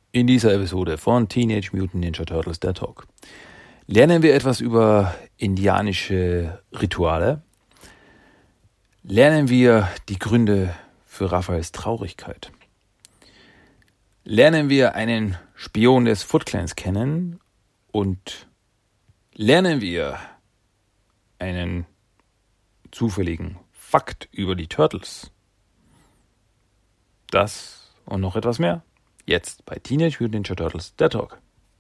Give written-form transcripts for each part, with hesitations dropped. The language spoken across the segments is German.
In dieser Episode von Teenage Mutant Ninja Turtles, der Talk, lernen wir etwas über indianische Rituale, lernen wir die Gründe für Raphaels Traurigkeit, lernen wir einen Spion des Foot Clans kennen und lernen wir einen zufälligen Fakt über die Turtles. Das und noch etwas mehr. Jetzt bei Teenage Mutant Ninja Turtles, der Talk.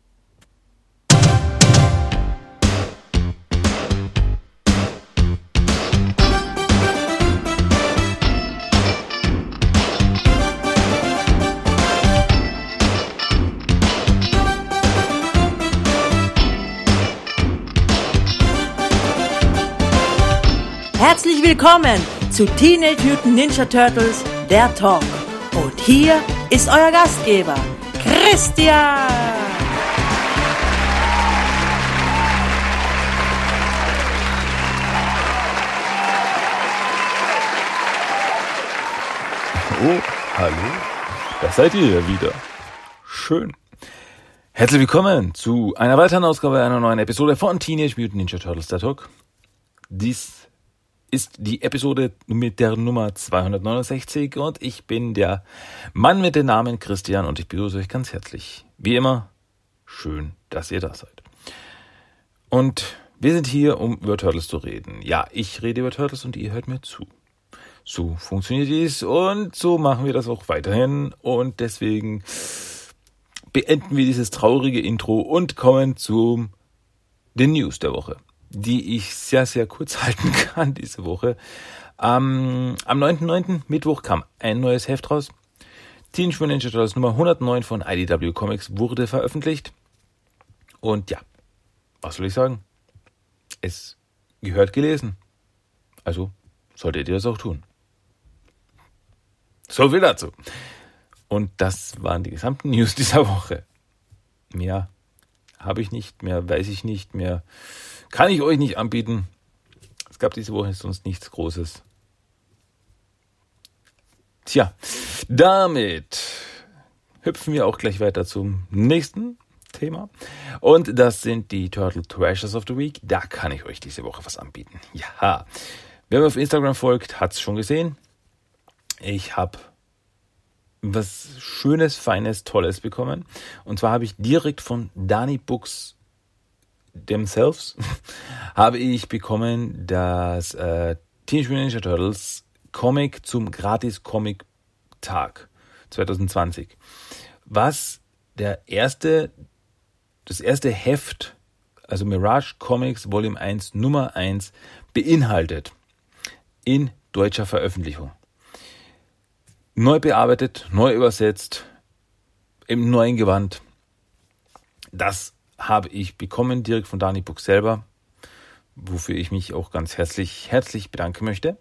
Herzlich willkommen zu Teenage Mutant Ninja Turtles, der Talk. Und hier ist euer Gastgeber, Christian. Oh, hallo, da seid ihr ja wieder. Schön. Herzlich willkommen zu einer weiteren Ausgabe einer neuen Episode von Teenage Mutant Ninja Turtles, der Talk. Dies ist die Episode mit der Nummer 269 und ich bin der Mann mit dem Namen Christian und ich begrüße euch ganz herzlich. Wie immer, schön, dass ihr da seid. Und wir sind hier, um über Turtles zu reden. Ja, ich rede über Turtles und ihr hört mir zu. So funktioniert dies und so machen wir das auch weiterhin und deswegen beenden wir dieses traurige Intro und kommen zu den News der Woche, die ich sehr, sehr kurz halten kann diese Woche. Am 9.9. Mittwoch kam ein neues Heft raus. Teenage Mutant Ninja Turtles Nummer 109 von IDW Comics wurde veröffentlicht. Und ja, was soll ich sagen? Es gehört gelesen. Also solltet ihr das auch tun. So viel dazu. Und das waren die gesamten News dieser Woche. Mehr habe ich nicht, mehr weiß ich nicht, mehr kann ich euch nicht anbieten. Es gab diese Woche sonst nichts Großes. Tja, damit hüpfen wir auch gleich weiter zum nächsten Thema. Und das sind die Turtle Treasures of the Week. Da kann ich euch diese Woche was anbieten. Ja, wer mir auf Instagram folgt, hat es schon gesehen. Ich habe was Schönes, Feines, Tolles bekommen. Und zwar habe ich direkt von Dani Books themselves habe ich bekommen das Teenage Mutant Ninja Turtles Comic zum Gratis-Comic-Tag 2020. Was das erste Heft, also Mirage Comics Volume 1, Nummer 1, beinhaltet in deutscher Veröffentlichung. Neu bearbeitet, neu übersetzt, im neuen Gewand. Das habe ich bekommen direkt von Dani Book selber, wofür ich mich auch ganz herzlich bedanken möchte.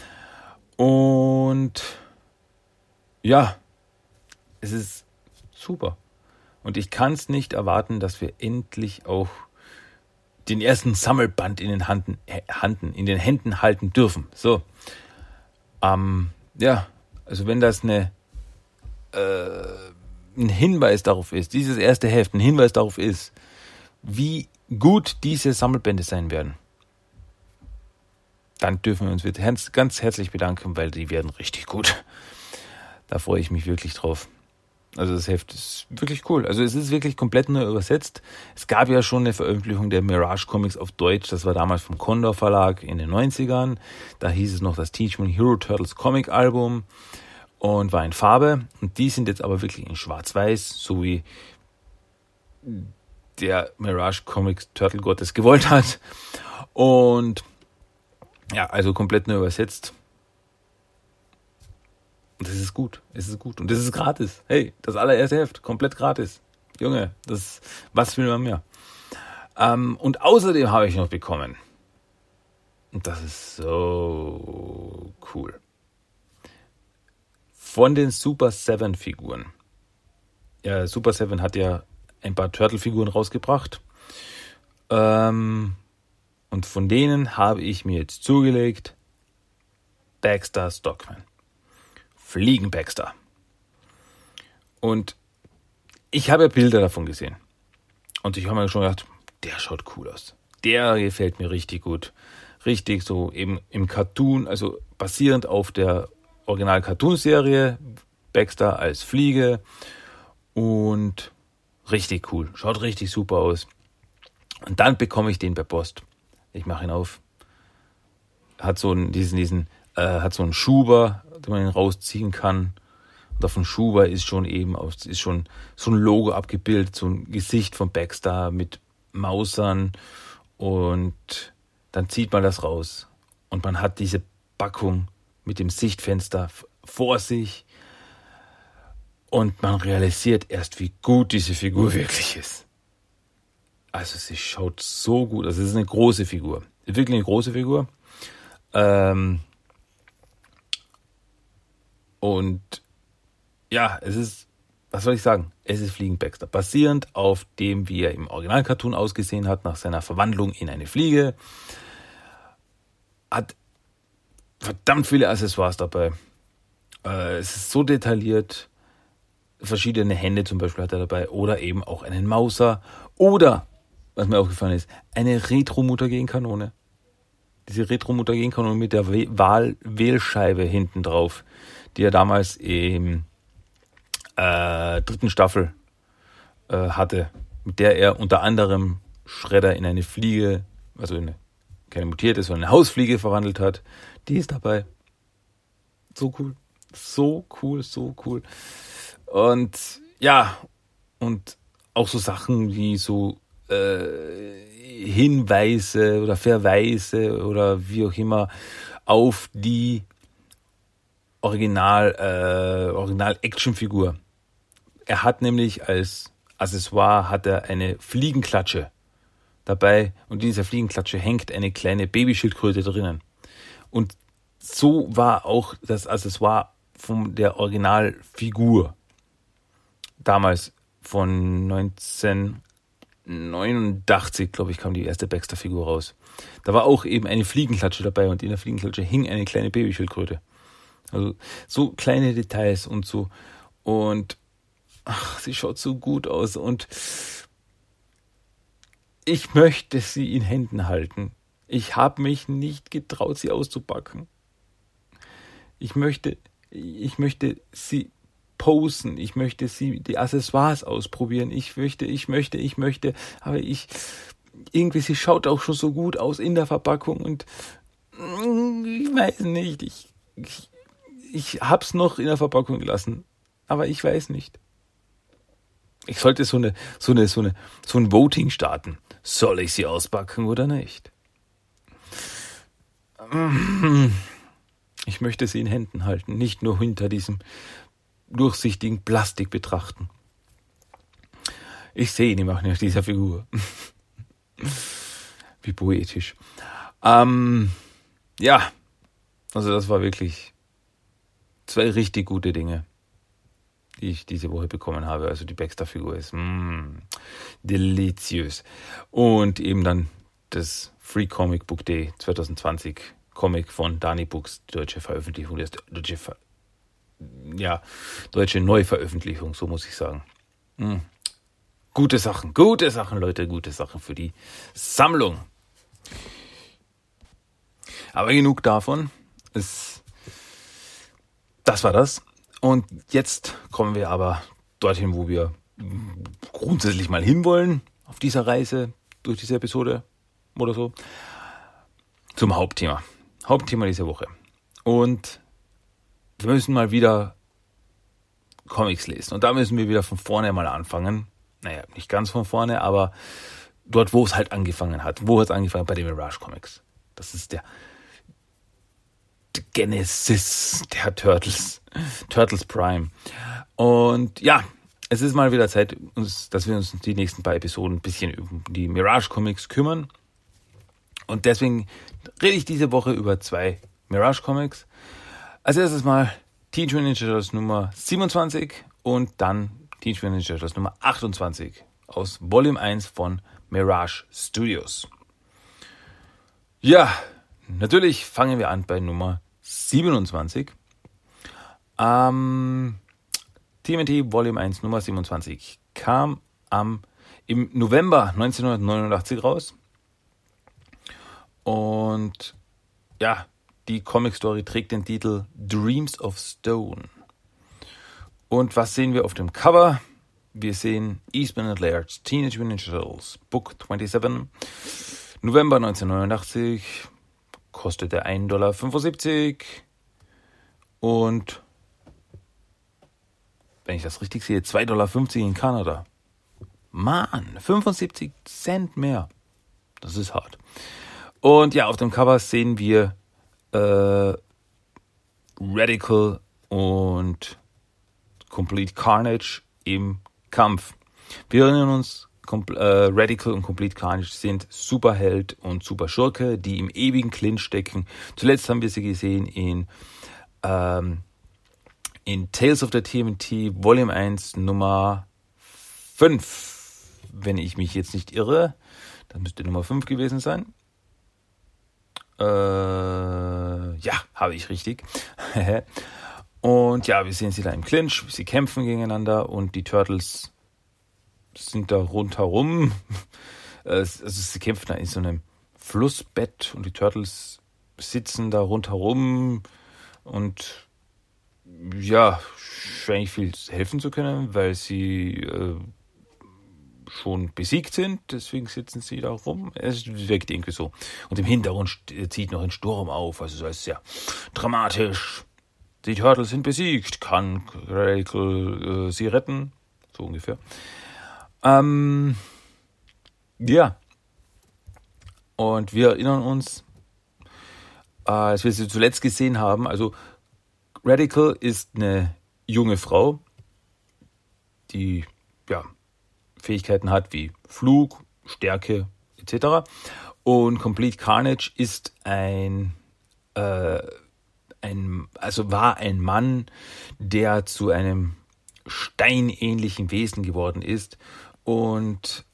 Und ja, es ist super. Und ich kann es nicht erwarten, dass wir endlich auch den ersten Sammelband in den Händen halten dürfen. So, ja, also wenn das ein Hinweis darauf ist, dieses erste Heft ein Hinweis darauf ist, wie gut diese Sammelbände sein werden, dann dürfen wir uns ganz herzlich bedanken, weil die werden richtig gut. Da freue ich mich wirklich drauf. Also das Heft ist wirklich cool. Also es ist wirklich komplett neu übersetzt. Es gab ja schon eine Veröffentlichung der Mirage Comics auf Deutsch. Das war damals vom Condor Verlag in den 90ern. Da hieß es noch das Teenage Mutant Hero Turtles Comic Album und war in Farbe. Und die sind jetzt aber wirklich in Schwarz-Weiß, so wie der Mirage Comics Turtle Gott es gewollt hat. Und ja, also komplett neu übersetzt. Und das ist gut. Es ist gut. Und das ist gratis. Hey, das allererste Heft, komplett gratis. Junge, was will man mehr? Und außerdem habe ich noch bekommen. Und das ist so cool. Von den Super 7 Figuren. Ja, Super 7 hat ja ein paar Turtle-Figuren rausgebracht. Und von denen habe ich mir jetzt zugelegt Baxter Stockman. Fliegen Baxter. Und ich habe ja Bilder davon gesehen. Und ich habe mir schon gedacht, der schaut cool aus. Der gefällt mir richtig gut. Richtig so eben im Cartoon, also basierend auf der Original-Cartoon-Serie, Baxter als Fliege und richtig cool, schaut richtig super aus. Und dann bekomme ich den per Post. Ich mache ihn auf, hat so einen hat so einen Schuber, den man ihn rausziehen kann. Und auf dem Schuber ist schon so ein Logo abgebildet, so ein Gesicht von Baxter mit Mausern und dann zieht man das raus und man hat diese Packung mit dem Sichtfenster vor sich und man realisiert erst, wie gut diese Figur wirklich ist. Also sie schaut so gut, also es ist eine große Figur, wirklich eine große Figur. Und ja, es ist, was soll ich sagen, es ist Fliegen Baxter, basierend auf dem, wie er im Original-Cartoon ausgesehen hat, nach seiner Verwandlung in eine Fliege. Hat verdammt viele Accessoires dabei. Es ist so detailliert. Verschiedene Hände zum Beispiel hat er dabei. Oder eben auch einen Mauser. Oder, was mir aufgefallen ist, eine Retro-Mutagenkanone. Diese Retro-Mutagenkanone mit der Wählscheibe hinten drauf, die er damals im 3. Staffel hatte. Mit der er unter anderem Shredder in eine Fliege, also keine mutierte, sondern eine Hausfliege verwandelt hat. Die ist dabei. So cool. So cool, so cool. Und ja, und auch so Sachen wie so Hinweise oder Verweise oder wie auch immer auf die Original-Actionfigur. Er hat nämlich als Accessoire eine Fliegenklatsche dabei und in dieser Fliegenklatsche hängt eine kleine Babyschildkröte drinnen. Und so war auch das Accessoire von der Originalfigur. Damals von 1989, glaube ich, kam die erste Baxter-Figur raus. Da war auch eben eine Fliegenklatsche dabei und in der Fliegenklatsche hing eine kleine Babyschildkröte. Also so kleine Details und so. Und sie schaut so gut aus und ich möchte sie in Händen halten. Ich habe mich nicht getraut, sie auszupacken. Ich möchte sie posen. Ich möchte die Accessoires ausprobieren. Ich möchte. Aber irgendwie, sie schaut auch schon so gut aus in der Verpackung und ich weiß nicht. Ich hab's noch in der Verpackung gelassen. Aber ich weiß nicht. Ich sollte so ein Voting starten. Soll ich sie auspacken oder nicht? Ich möchte sie in Händen halten, nicht nur hinter diesem durchsichtigen Plastik betrachten. Ich sehe ihn immer nach dieser Figur. Wie poetisch. Ja, also das war wirklich 2 richtig gute Dinge, die ich diese Woche bekommen habe. Also die Baxter-Figur ist deliziös. Und eben dann das Free Comic Book Day 2020 Comic von Dani Books, die deutsche Veröffentlichung, deutsche Neuveröffentlichung, so muss ich sagen. Gute Sachen, Leute, gute Sachen für die Sammlung. Aber genug davon. Das war das. Und jetzt kommen wir aber dorthin, wo wir grundsätzlich mal hinwollen, auf dieser Reise, durch diese Episode oder so, zum Hauptthema dieser Woche. Und wir müssen mal wieder Comics lesen. Und da müssen wir wieder von vorne mal anfangen. Naja, nicht ganz von vorne, aber dort, wo es halt angefangen hat. Wo hat es angefangen? Bei den Mirage Comics. Das ist der Genesis der Turtles Prime. Und ja, es ist mal wieder Zeit, dass wir uns die nächsten paar Episoden ein bisschen um die Mirage Comics kümmern. Und deswegen rede ich diese Woche über 2 Mirage Comics. Als erstes mal Teenage Mutant Ninja Turtles Nummer 27 und dann Teenage Mutant Ninja Turtles Nummer 28 aus Volume 1 von Mirage Studios. Ja, natürlich fangen wir an bei Nummer 27. TMNT Volume 1 Nummer 27 kam im November 1989 raus. Und ja, die Comic-Story trägt den Titel Dreams of Stone. Und was sehen wir auf dem Cover? Wir sehen Eastman and Laird's Teenage Mutant Ninja Turtles, Book 27, November 1989, kostete $1,75 und, wenn ich das richtig sehe, $2,50 in Kanada. Mann, 75 Cent mehr. Das ist hart. Und ja, auf dem Cover sehen wir Radical und Complete Carnage im Kampf. Wir erinnern uns, Radical und Complete Carnage sind Superheld und Superschurke, die im ewigen Clinch stecken. Zuletzt haben wir sie gesehen in Tales of the TMNT Volume 1 Nummer 5. Wenn ich mich jetzt nicht irre, dann müsste Nummer 5 gewesen sein. Ja, habe ich richtig. Und ja, wir sehen sie da im Clinch, sie kämpfen gegeneinander und die Turtles sind da rundherum. Also sie kämpfen da in so einem Flussbett und die Turtles sitzen da rundherum und ja, scheinen nicht viel helfen zu können, weil sie schon besiegt sind, deswegen sitzen sie da rum. Es wirkt irgendwie so. Und im Hintergrund zieht noch ein Sturm auf, also so ist sehr dramatisch. Die Turtles sind besiegt, kann Radical sie retten? So ungefähr. Ja. Und wir erinnern uns, als wir sie zuletzt gesehen haben, also Radical ist eine junge Frau, die ja Fähigkeiten hat wie Flug, Stärke etc. Und Complete Carnage ist war ein Mann, der zu einem steinähnlichen Wesen geworden ist. Und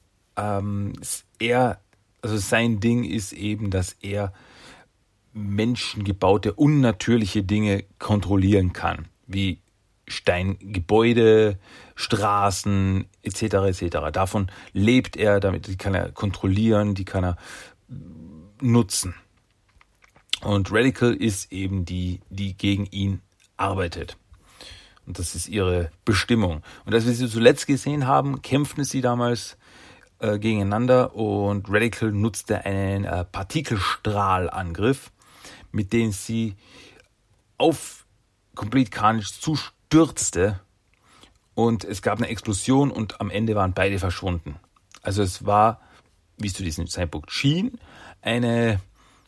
sein Ding ist eben, dass er menschengebaute, unnatürliche Dinge kontrollieren kann, wie Steingebäude, Straßen etc. etc. Davon lebt er, die kann er kontrollieren, die kann er nutzen. Und Radical ist eben die gegen ihn arbeitet. Und das ist ihre Bestimmung. Und als wir sie zuletzt gesehen haben, kämpften sie damals gegeneinander und Radical nutzte einen Partikelstrahlangriff, mit dem sie auf Complete Carnage zustürzte und es gab eine Explosion und am Ende waren beide verschwunden. Also es war, wie es zu diesem Zeitpunkt schien, eine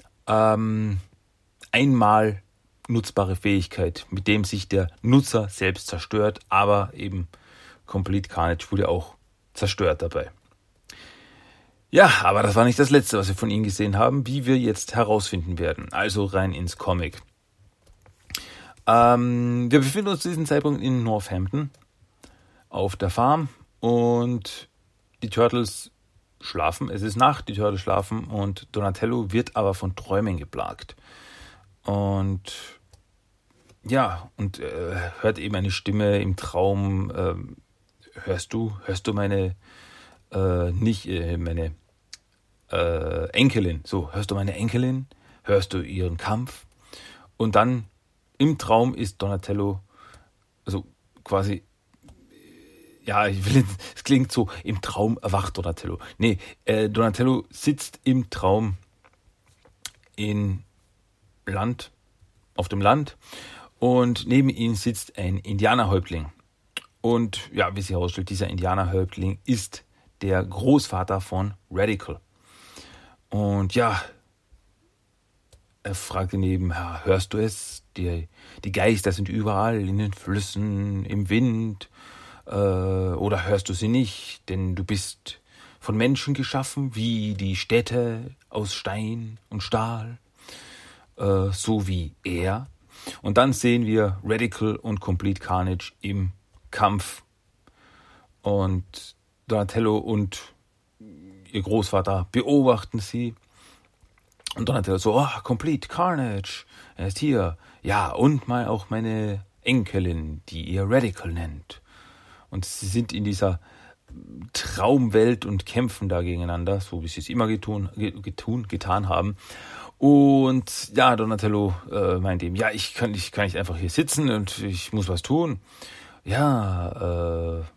einmal nutzbare Fähigkeit, mit dem sich der Nutzer selbst zerstört, aber eben Complete Carnage wurde auch zerstört dabei. Ja, aber das war nicht das Letzte, was wir von ihnen gesehen haben, wie wir jetzt herausfinden werden. Also rein ins Comic. Wir befinden uns zu diesem Zeitpunkt in Northampton auf der Farm und die Turtles schlafen. Es ist Nacht, die Turtles schlafen und Donatello wird aber von Träumen geplagt. Und ja, und hört eben eine Stimme im Traum. Hörst du meine Enkelin? So, hörst du meine Enkelin? Hörst du ihren Kampf? Und dann im Traum ist Donatello, also quasi, ja, es klingt so, im Traum erwacht Donatello. Nee, Donatello sitzt im Traum auf dem Land und neben ihm sitzt ein Indianerhäuptling. Und ja, wie sich herausstellt, dieser Indianerhäuptling ist der Großvater von Radical. Und ja, er fragte nebenher, hörst du es? Die Geister sind überall, in den Flüssen, im Wind. Oder hörst du sie nicht? Denn du bist von Menschen geschaffen, wie die Städte aus Stein und Stahl. So wie er. Und dann sehen wir Radical und Complete Carnage im Kampf. Und Donatello und ihr Großvater beobachten sie. Und Donatello so, Complete Carnage, er ist hier. Ja, und auch meine Enkelin, die ihr Radical nennt. Und sie sind in dieser Traumwelt und kämpfen da gegeneinander, so wie sie es immer getan haben. Und ja, Donatello meint ihm, ja, ich kann nicht einfach hier sitzen und ich muss was tun. Ja,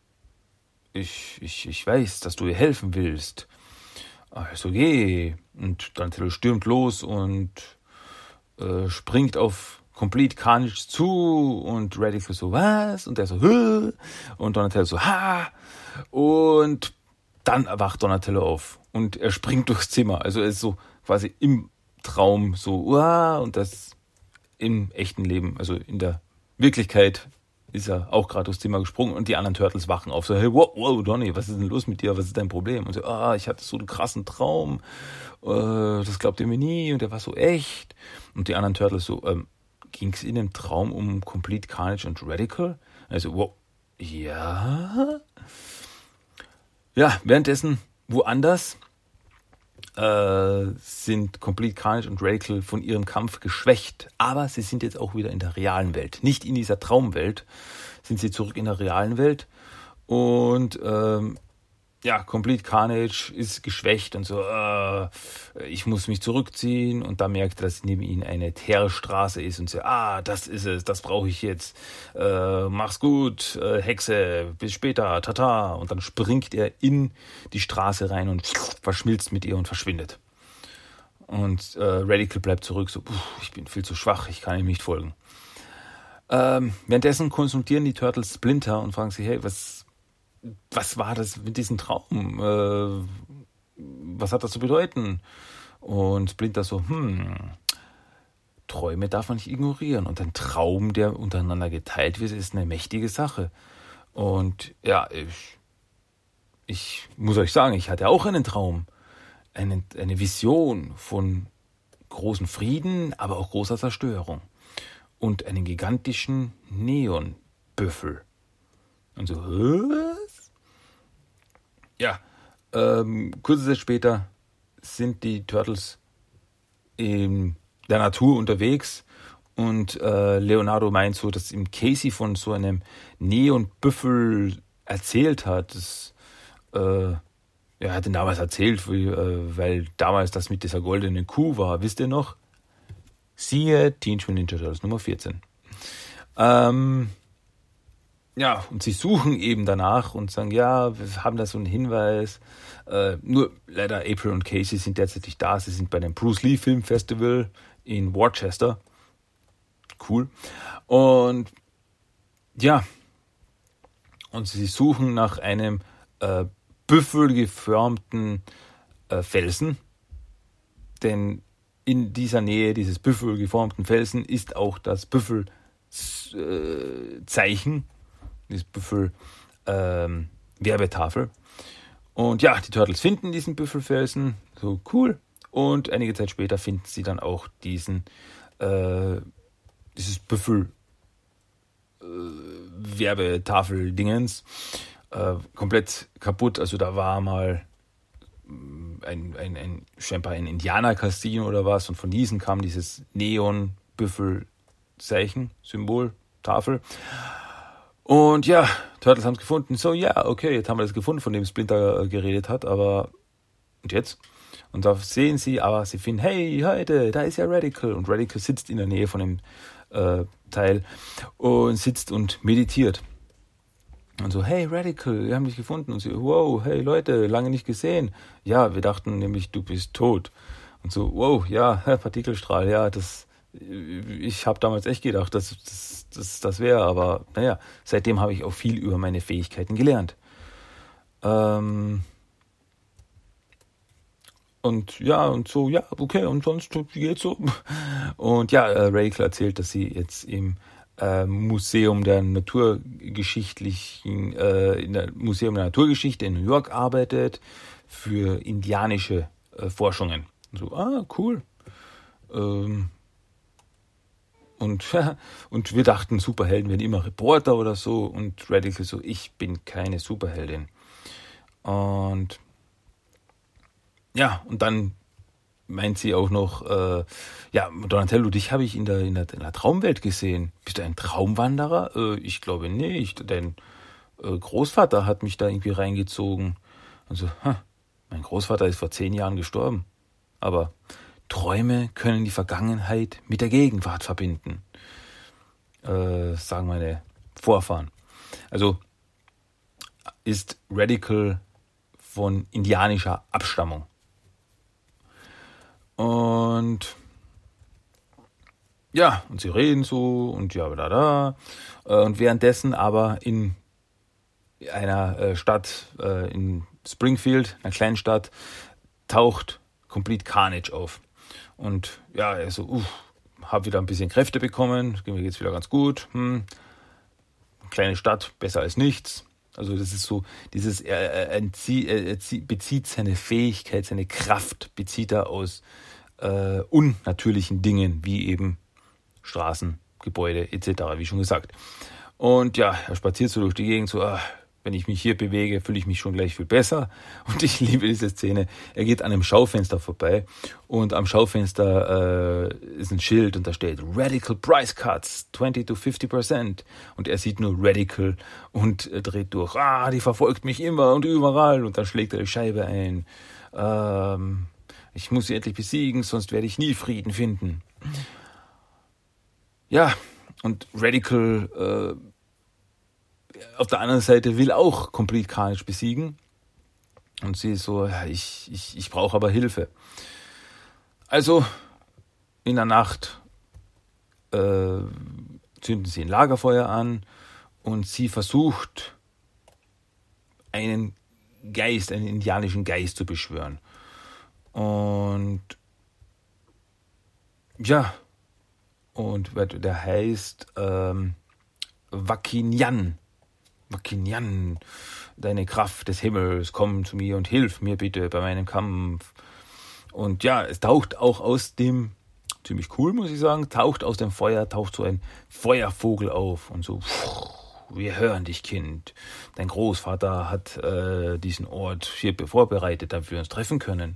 ich weiß, dass du ihr helfen willst. Also geh. Und Donatello stürmt los und springt auf Complete Carnage zu und Radical so, was? Und der so, hä? Und Donatello so, ha! Und dann erwacht Donatello auf und er springt durchs Zimmer. Also er ist so quasi im Traum so, und das im echten Leben, also in der Wirklichkeit ist er auch gerade durchs Zimmer gesprungen und die anderen Turtles wachen auf. So, hey, wow, Donny, was ist denn los mit dir? Was ist dein Problem? Und so, ich hatte so einen krassen Traum. Das glaubt ihr mir nie und der war so echt. Und die anderen Turtles so, ging es in dem Traum um Complete Carnage und Radical? Also, wow, ja. Ja, währenddessen woanders sind Complete Carnage und Radical von ihrem Kampf geschwächt. Aber sie sind jetzt auch wieder in der realen Welt. Nicht in dieser Traumwelt, sind sie zurück in der realen Welt. Und Complete Carnage ist geschwächt und so, ich muss mich zurückziehen. Und da merkt er, dass neben ihm eine Teerstraße ist und so, das ist es, das brauche ich jetzt. Mach's gut, Hexe, bis später, tata. Und dann springt er in die Straße rein und verschmilzt mit ihr und verschwindet. Und Radical bleibt zurück, so, ich bin viel zu schwach, ich kann ihm nicht folgen. Währenddessen konsultieren die Turtles Splinter und fragen sich, hey, was war das mit diesem Traum? Was hat das zu bedeuten? Und Splinter so, Träume darf man nicht ignorieren. Und ein Traum, der untereinander geteilt wird, ist eine mächtige Sache. Und ja, ich muss euch sagen, ich hatte auch einen Traum. Eine Vision von großem Frieden, aber auch großer Zerstörung. Und einen gigantischen Neonbüffel. Und so, was? Ja, kurze Zeit später sind die Turtles in der Natur unterwegs und Leonardo meint so, dass ihm Casey von so einem Neonbüffel erzählt hat. Er hat ihn damals erzählt, weil damals das mit dieser goldenen Kuh war. Wisst ihr noch? Siehe Teenage Mutant Ninja Turtles Nummer 14. Ja, und sie suchen eben danach und sagen, ja, wir haben da so einen Hinweis. Nur leider April und Casey sind derzeit nicht da. Sie sind bei dem Bruce Lee Film Festival in Worcester. Cool. Und ja, und sie suchen nach einem büffelgeformten Felsen. Denn in dieser Nähe dieses büffelgeformten Felsen ist auch das Büffelzeichen. Dieses Büffel-Werbetafel. Und ja, die Turtles finden diesen Büffelfelsen, so cool. Und einige Zeit später finden sie dann auch dieses Büffel-Werbetafel-Dingens komplett kaputt. Also da war mal scheinbar ein Indianer-Casino oder was. Und von diesen kam dieses Neon-Büffel-Zeichen, Symbol, Tafel. Und ja, Turtles haben es gefunden. So, ja, okay, jetzt haben wir das gefunden, von dem Splinter geredet hat, aber und jetzt? Und da sehen sie, aber sie finden, hey, heute, da ist ja Radical. Und Radical sitzt in der Nähe von dem Teil und sitzt und meditiert. Und so, hey, Radical, wir haben dich gefunden. Und sie, wow, hey, Leute, lange nicht gesehen. Ja, wir dachten nämlich, du bist tot. Und so, wow, ja, Partikelstrahl, ja, ich habe damals echt gedacht, das wäre, aber naja, seitdem habe ich auch viel über meine Fähigkeiten gelernt. Und ja, und so, ja, okay, und sonst, wie geht's so? Und ja, Radical erzählt, dass sie jetzt im Museum der Naturgeschichte in New York arbeitet für indianische Forschungen. Und so, cool. Und wir dachten, Superhelden werden immer Reporter oder so. Und Radical so, ich bin keine Superheldin. Und ja, und dann meint sie auch noch, Donatello, dich habe ich in der Traumwelt gesehen. Bist du ein Traumwanderer? Ich glaube nicht, denn Großvater hat mich da irgendwie reingezogen. Also, mein Großvater ist vor 10 Jahren gestorben. Aber Träume können die Vergangenheit mit der Gegenwart verbinden. Sagen meine Vorfahren. Also ist Radical von indianischer Abstammung. Und ja, und sie reden so und ja, da. Und währenddessen aber in einer Stadt, in Springfield, einer kleinen Stadt, taucht Complete Carnage auf. Und ja, er so, habe wieder ein bisschen Kräfte bekommen, mir geht's wieder ganz gut. Kleine Stadt, besser als nichts. Also das ist so, er bezieht seine Fähigkeit, seine Kraft, bezieht er aus unnatürlichen Dingen, wie eben Straßen, Gebäude etc., wie schon gesagt. Und ja, er spaziert so durch die Gegend, so, wenn ich mich hier bewege, fühle ich mich schon gleich viel besser. Und ich liebe diese Szene. Er geht an einem Schaufenster vorbei und am Schaufenster ist ein Schild und da steht Radical Price Cuts, 20-50%. Und er sieht nur Radical und dreht durch. Die verfolgt mich immer und überall. Und dann schlägt er die Scheibe ein. Ich muss sie endlich besiegen, sonst werde ich nie Frieden finden. Ja, und Radical auf der anderen Seite will auch Complete Carnage besiegen. Und sie ist so, ich brauche aber Hilfe. Also in der Nacht zünden sie ein Lagerfeuer an und sie versucht, einen indianischen Geist zu beschwören. Und ja, und der heißt Wakinyan. Wakinyan, deine Kraft des Himmels, komm zu mir und hilf mir bitte bei meinem Kampf. Und ja, es taucht auch aus dem, ziemlich cool muss ich sagen, taucht aus dem Feuer, taucht so ein Feuervogel auf und so, wir hören dich, Kind. Dein Großvater hat diesen Ort hier vorbereitet, damit wir uns treffen können.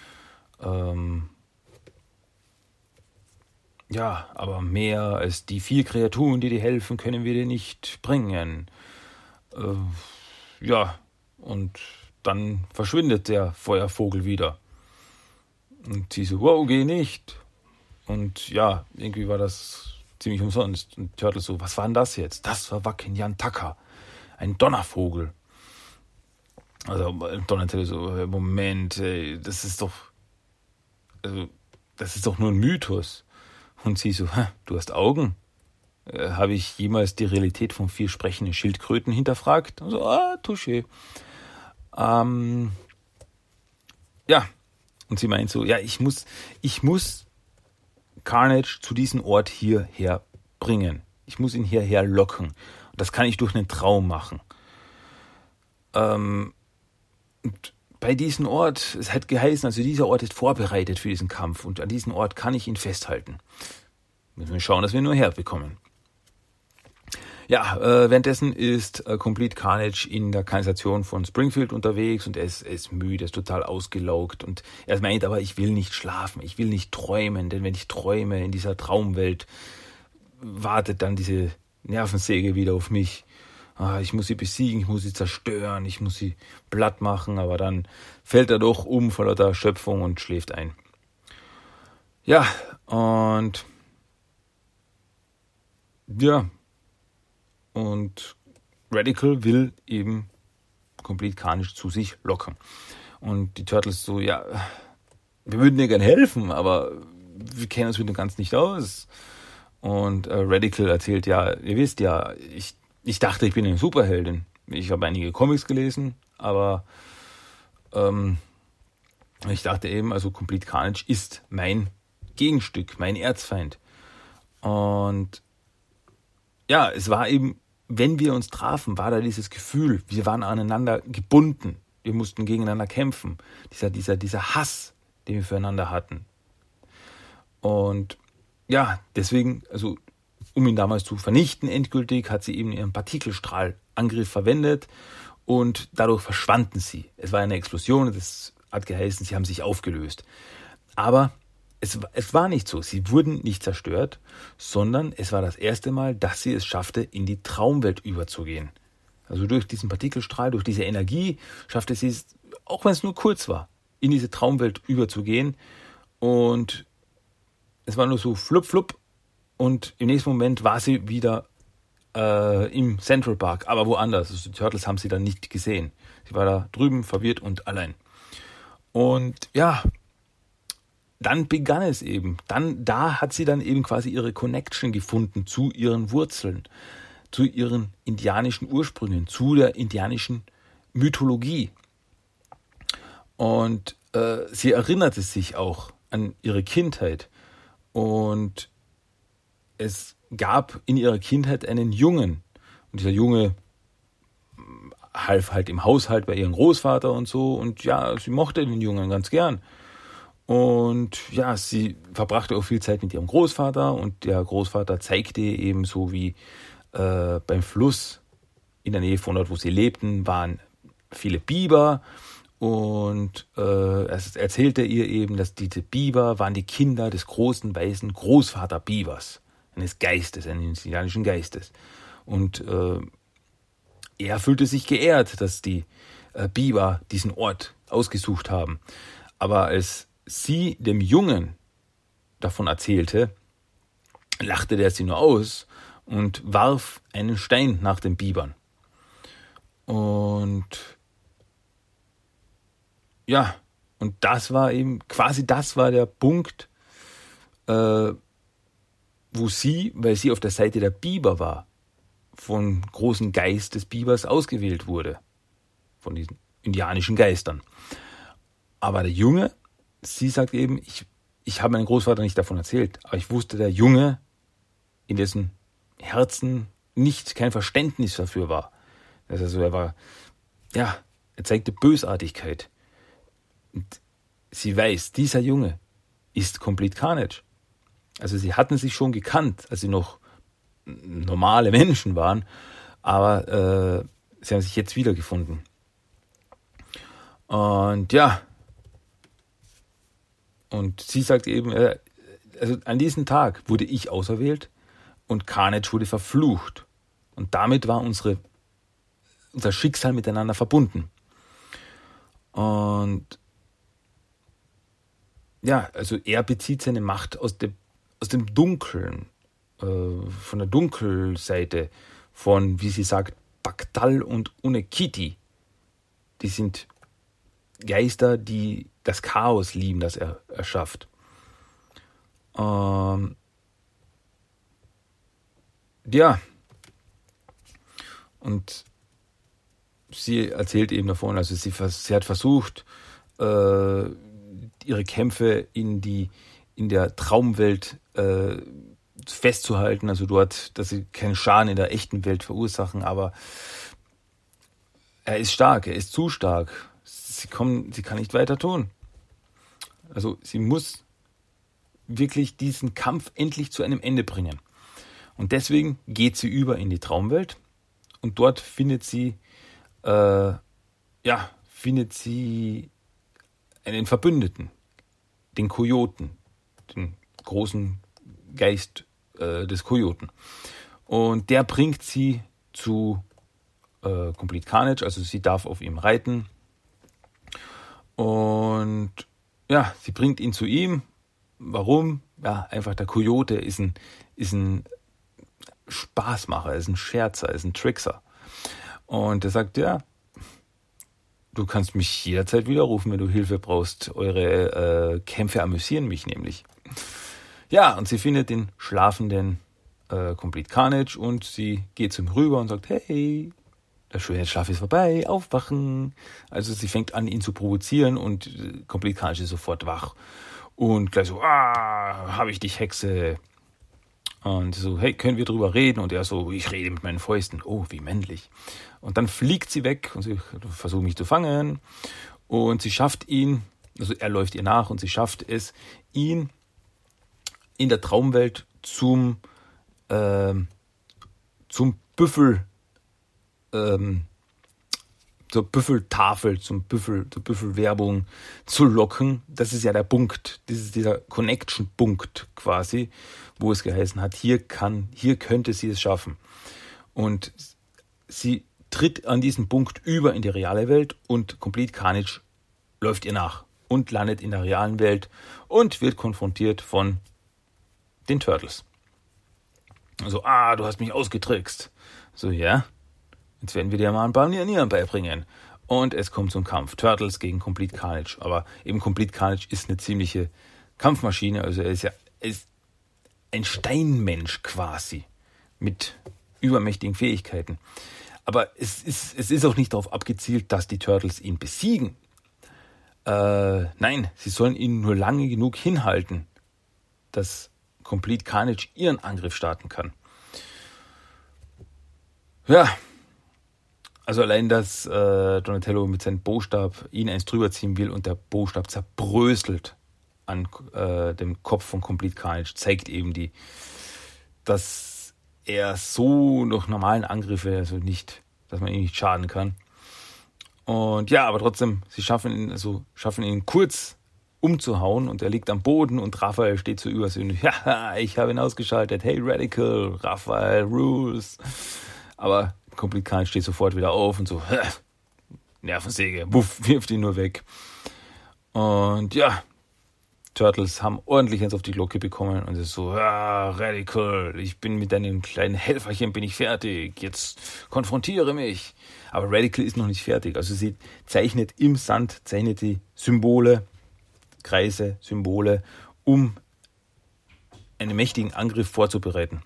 Ja, aber mehr als die 4 Kreaturen, die dir helfen, können wir dir nicht bringen. Ja, und dann verschwindet der Feuervogel wieder. Und sie so, wow, geh nicht. Und ja, irgendwie war das ziemlich umsonst. Und Turtle so, was war denn das jetzt? Das war Wakinyan Taka, ein Donnervogel. Also Donatello so, Moment, ey, das ist doch nur ein Mythos. Und sie so, du hast Augen? Habe ich jemals die Realität von 4 sprechenden Schildkröten hinterfragt? Und so, touché. Ja, und sie meint so, ja, ich muss Carnage zu diesem Ort hierher bringen. Ich muss ihn hierher locken. Und das kann ich durch einen Traum machen. Und bei diesem Ort, es hat geheißen, also dieser Ort ist vorbereitet für diesen Kampf und an diesem Ort kann ich ihn festhalten. Müssen wir schauen, dass wir ihn nur herbekommen. Ja, währenddessen ist Complete Carnage in der Kanalisation von Springfield unterwegs und er ist müde, er ist total ausgelaugt und er meint aber, ich will nicht schlafen, ich will nicht träumen, denn wenn ich träume in dieser Traumwelt, wartet dann diese Nervensäge wieder auf mich. Ich muss sie besiegen, ich muss sie zerstören, ich muss sie platt machen, aber dann fällt er doch um vor lauter Erschöpfung und schläft ein. Ja, und Radical will eben Complete Carnage zu sich locken. Und die Turtles so, ja, wir würden dir gerne helfen, aber wir kennen uns mit dem Ganzen nicht aus. Und Radical erzählt, ja, ihr wisst ja, ich dachte, ich bin eine Superheldin. Ich habe einige Comics gelesen, aber ich dachte eben, also Complete Carnage ist mein Gegenstück, mein Erzfeind. Und ja, es war eben, wenn wir uns trafen, war da dieses Gefühl, wir waren aneinander gebunden. Wir mussten gegeneinander kämpfen. Dieser Hass, den wir füreinander hatten. Und ja, deswegen, also um ihn damals zu vernichten, endgültig, hat sie eben ihren Partikelstrahlangriff verwendet und dadurch verschwanden sie. Es war eine Explosion, das hat geheißen, sie haben sich aufgelöst. Aber es war nicht so, sie wurden nicht zerstört, sondern es war das erste Mal, dass sie es schaffte, in die Traumwelt überzugehen. Also durch diesen Partikelstrahl, durch diese Energie schaffte sie es, auch wenn es nur kurz war, in diese Traumwelt überzugehen. Und es war nur so flupp, flupp. Und im nächsten Moment war sie wieder im Central Park, aber woanders. Also die Turtles haben sie dann nicht gesehen. Sie war da drüben, verwirrt und allein. Und ja, dann begann es eben. Da hat sie dann eben quasi ihre Connection gefunden zu ihren Wurzeln, zu ihren indianischen Ursprüngen, zu der indianischen Mythologie. Und sie erinnerte sich auch an ihre Kindheit. Und es gab in ihrer Kindheit einen Jungen. Und dieser Junge half halt im Haushalt bei ihrem Großvater und so. Und ja, sie mochte den Jungen ganz gern. Und ja, sie verbrachte auch viel Zeit mit ihrem Großvater. Und der Großvater zeigte eben so wie beim Fluss in der Nähe von dort, wo sie lebten, waren viele Biber. Und er erzählte ihr eben, dass diese Biber waren die Kinder des großen, weißen Großvater Bibers. Eines Geistes, eines indianischen Geistes. Und er fühlte sich geehrt, dass die Biber diesen Ort ausgesucht haben. Aber als sie dem Jungen davon erzählte, lachte der sie nur aus und warf einen Stein nach den Bibern. Und ja, und das war eben, quasi das war der Punkt, wo sie, weil sie auf der Seite der Biber war, vom großen Geist des Bibers ausgewählt wurde. Von diesen indianischen Geistern. Aber der Junge, sie sagt eben, ich habe meinem Großvater nicht davon erzählt, aber ich wusste, der Junge, in dessen Herzen kein Verständnis dafür war. Also er zeigte Bösartigkeit. Und sie weiß, dieser Junge ist Complete Carnage. Also sie hatten sich schon gekannt, als sie noch normale Menschen waren, aber sie haben sich jetzt wiedergefunden. Und ja, und sie sagt eben, also an diesem Tag wurde ich auserwählt und Carnage wurde verflucht. Und damit war unser Schicksal miteinander verbunden. Und ja, also er bezieht seine Macht aus dem Dunkeln, von der Dunkelseite von, wie sie sagt, Bactal und Unekiti. Die sind Geister, die das Chaos lieben, das er erschafft. Ja. Und sie erzählt eben davon, also sie hat versucht, ihre Kämpfe in der Traumwelt festzuhalten, also dort, dass sie keinen Schaden in der echten Welt verursachen, aber er ist stark, er ist zu stark. Sie kann nicht weiter tun. Also sie muss wirklich diesen Kampf endlich zu einem Ende bringen. Und deswegen geht sie über in die Traumwelt und dort findet sie einen Verbündeten, den Kojoten, den großen Geist des Kojoten. Und der bringt sie zu Complete Carnage, also sie darf auf ihm reiten. Und ja, sie bringt ihn zu ihm. Warum? Ja, einfach der Kojote ist ein Spaßmacher, ist ein Scherzer, ist ein Trickser. Und er sagt, ja, du kannst mich jederzeit widerrufen, wenn du Hilfe brauchst. Eure Kämpfe amüsieren mich nämlich. Ja, und sie findet den schlafenden Complete Carnage und sie geht zu ihm rüber und sagt, hey, der schöne Schlaf ist vorbei, aufwachen. Also sie fängt an, ihn zu provozieren und Complete Carnage ist sofort wach. Und gleich so, hab ich dich, Hexe. Und so, hey, können wir drüber reden? Und er so, ich rede mit meinen Fäusten. Oh, wie männlich. Und dann fliegt sie weg und sie versucht mich zu fangen. Und sie schafft ihn, also er läuft ihr nach und sie schafft es, ihn in der Traumwelt zum Büffel, zur Büffeltafel, zur Büffelwerbung zu locken. Das ist ja der Punkt, das ist dieser Connection-Punkt quasi, wo es geheißen hat, hier könnte sie es schaffen. Und sie tritt an diesem Punkt über in die reale Welt und Complete Carnage läuft ihr nach und landet in der realen Welt und wird konfrontiert von den Turtles. Also, du hast mich ausgetrickst. So, ja, jetzt werden wir dir mal ein paar Nieren beibringen. Und es kommt zum Kampf. Turtles gegen Complete Carnage. Aber eben Complete Carnage ist eine ziemliche Kampfmaschine. Also er ist ein Steinmensch quasi mit übermächtigen Fähigkeiten. Aber es ist auch nicht darauf abgezielt, dass die Turtles ihn besiegen. Nein, sie sollen ihn nur lange genug hinhalten, dass Complete Carnage ihren Angriff starten kann. Ja, also allein, dass Donatello mit seinem Bostab ihn eins drüber ziehen will und der Bostab zerbröselt an dem Kopf von Complete Carnage, zeigt eben dass er so durch normalen Angriffe, also nicht, dass man ihm nicht schaden kann. Und ja, aber trotzdem, sie schaffen ihn kurz umzuhauen und er liegt am Boden und Raphael steht so über sie. Ja, ich habe ihn ausgeschaltet. Hey Radical, Raphael rules. Aber Complete Carnage steht sofort wieder auf und so, Nervensäge, wuff, wirft ihn nur weg. Und ja, Turtles haben ordentlich eins auf die Glocke bekommen und es ist so, Radical, ich bin mit deinem kleinen Helferchen bin ich fertig, jetzt konfrontiere mich. Aber Radical ist noch nicht fertig, also sie zeichnet im Sand, die Symbole, Kreise, Symbole, um einen mächtigen Angriff vorzubereiten.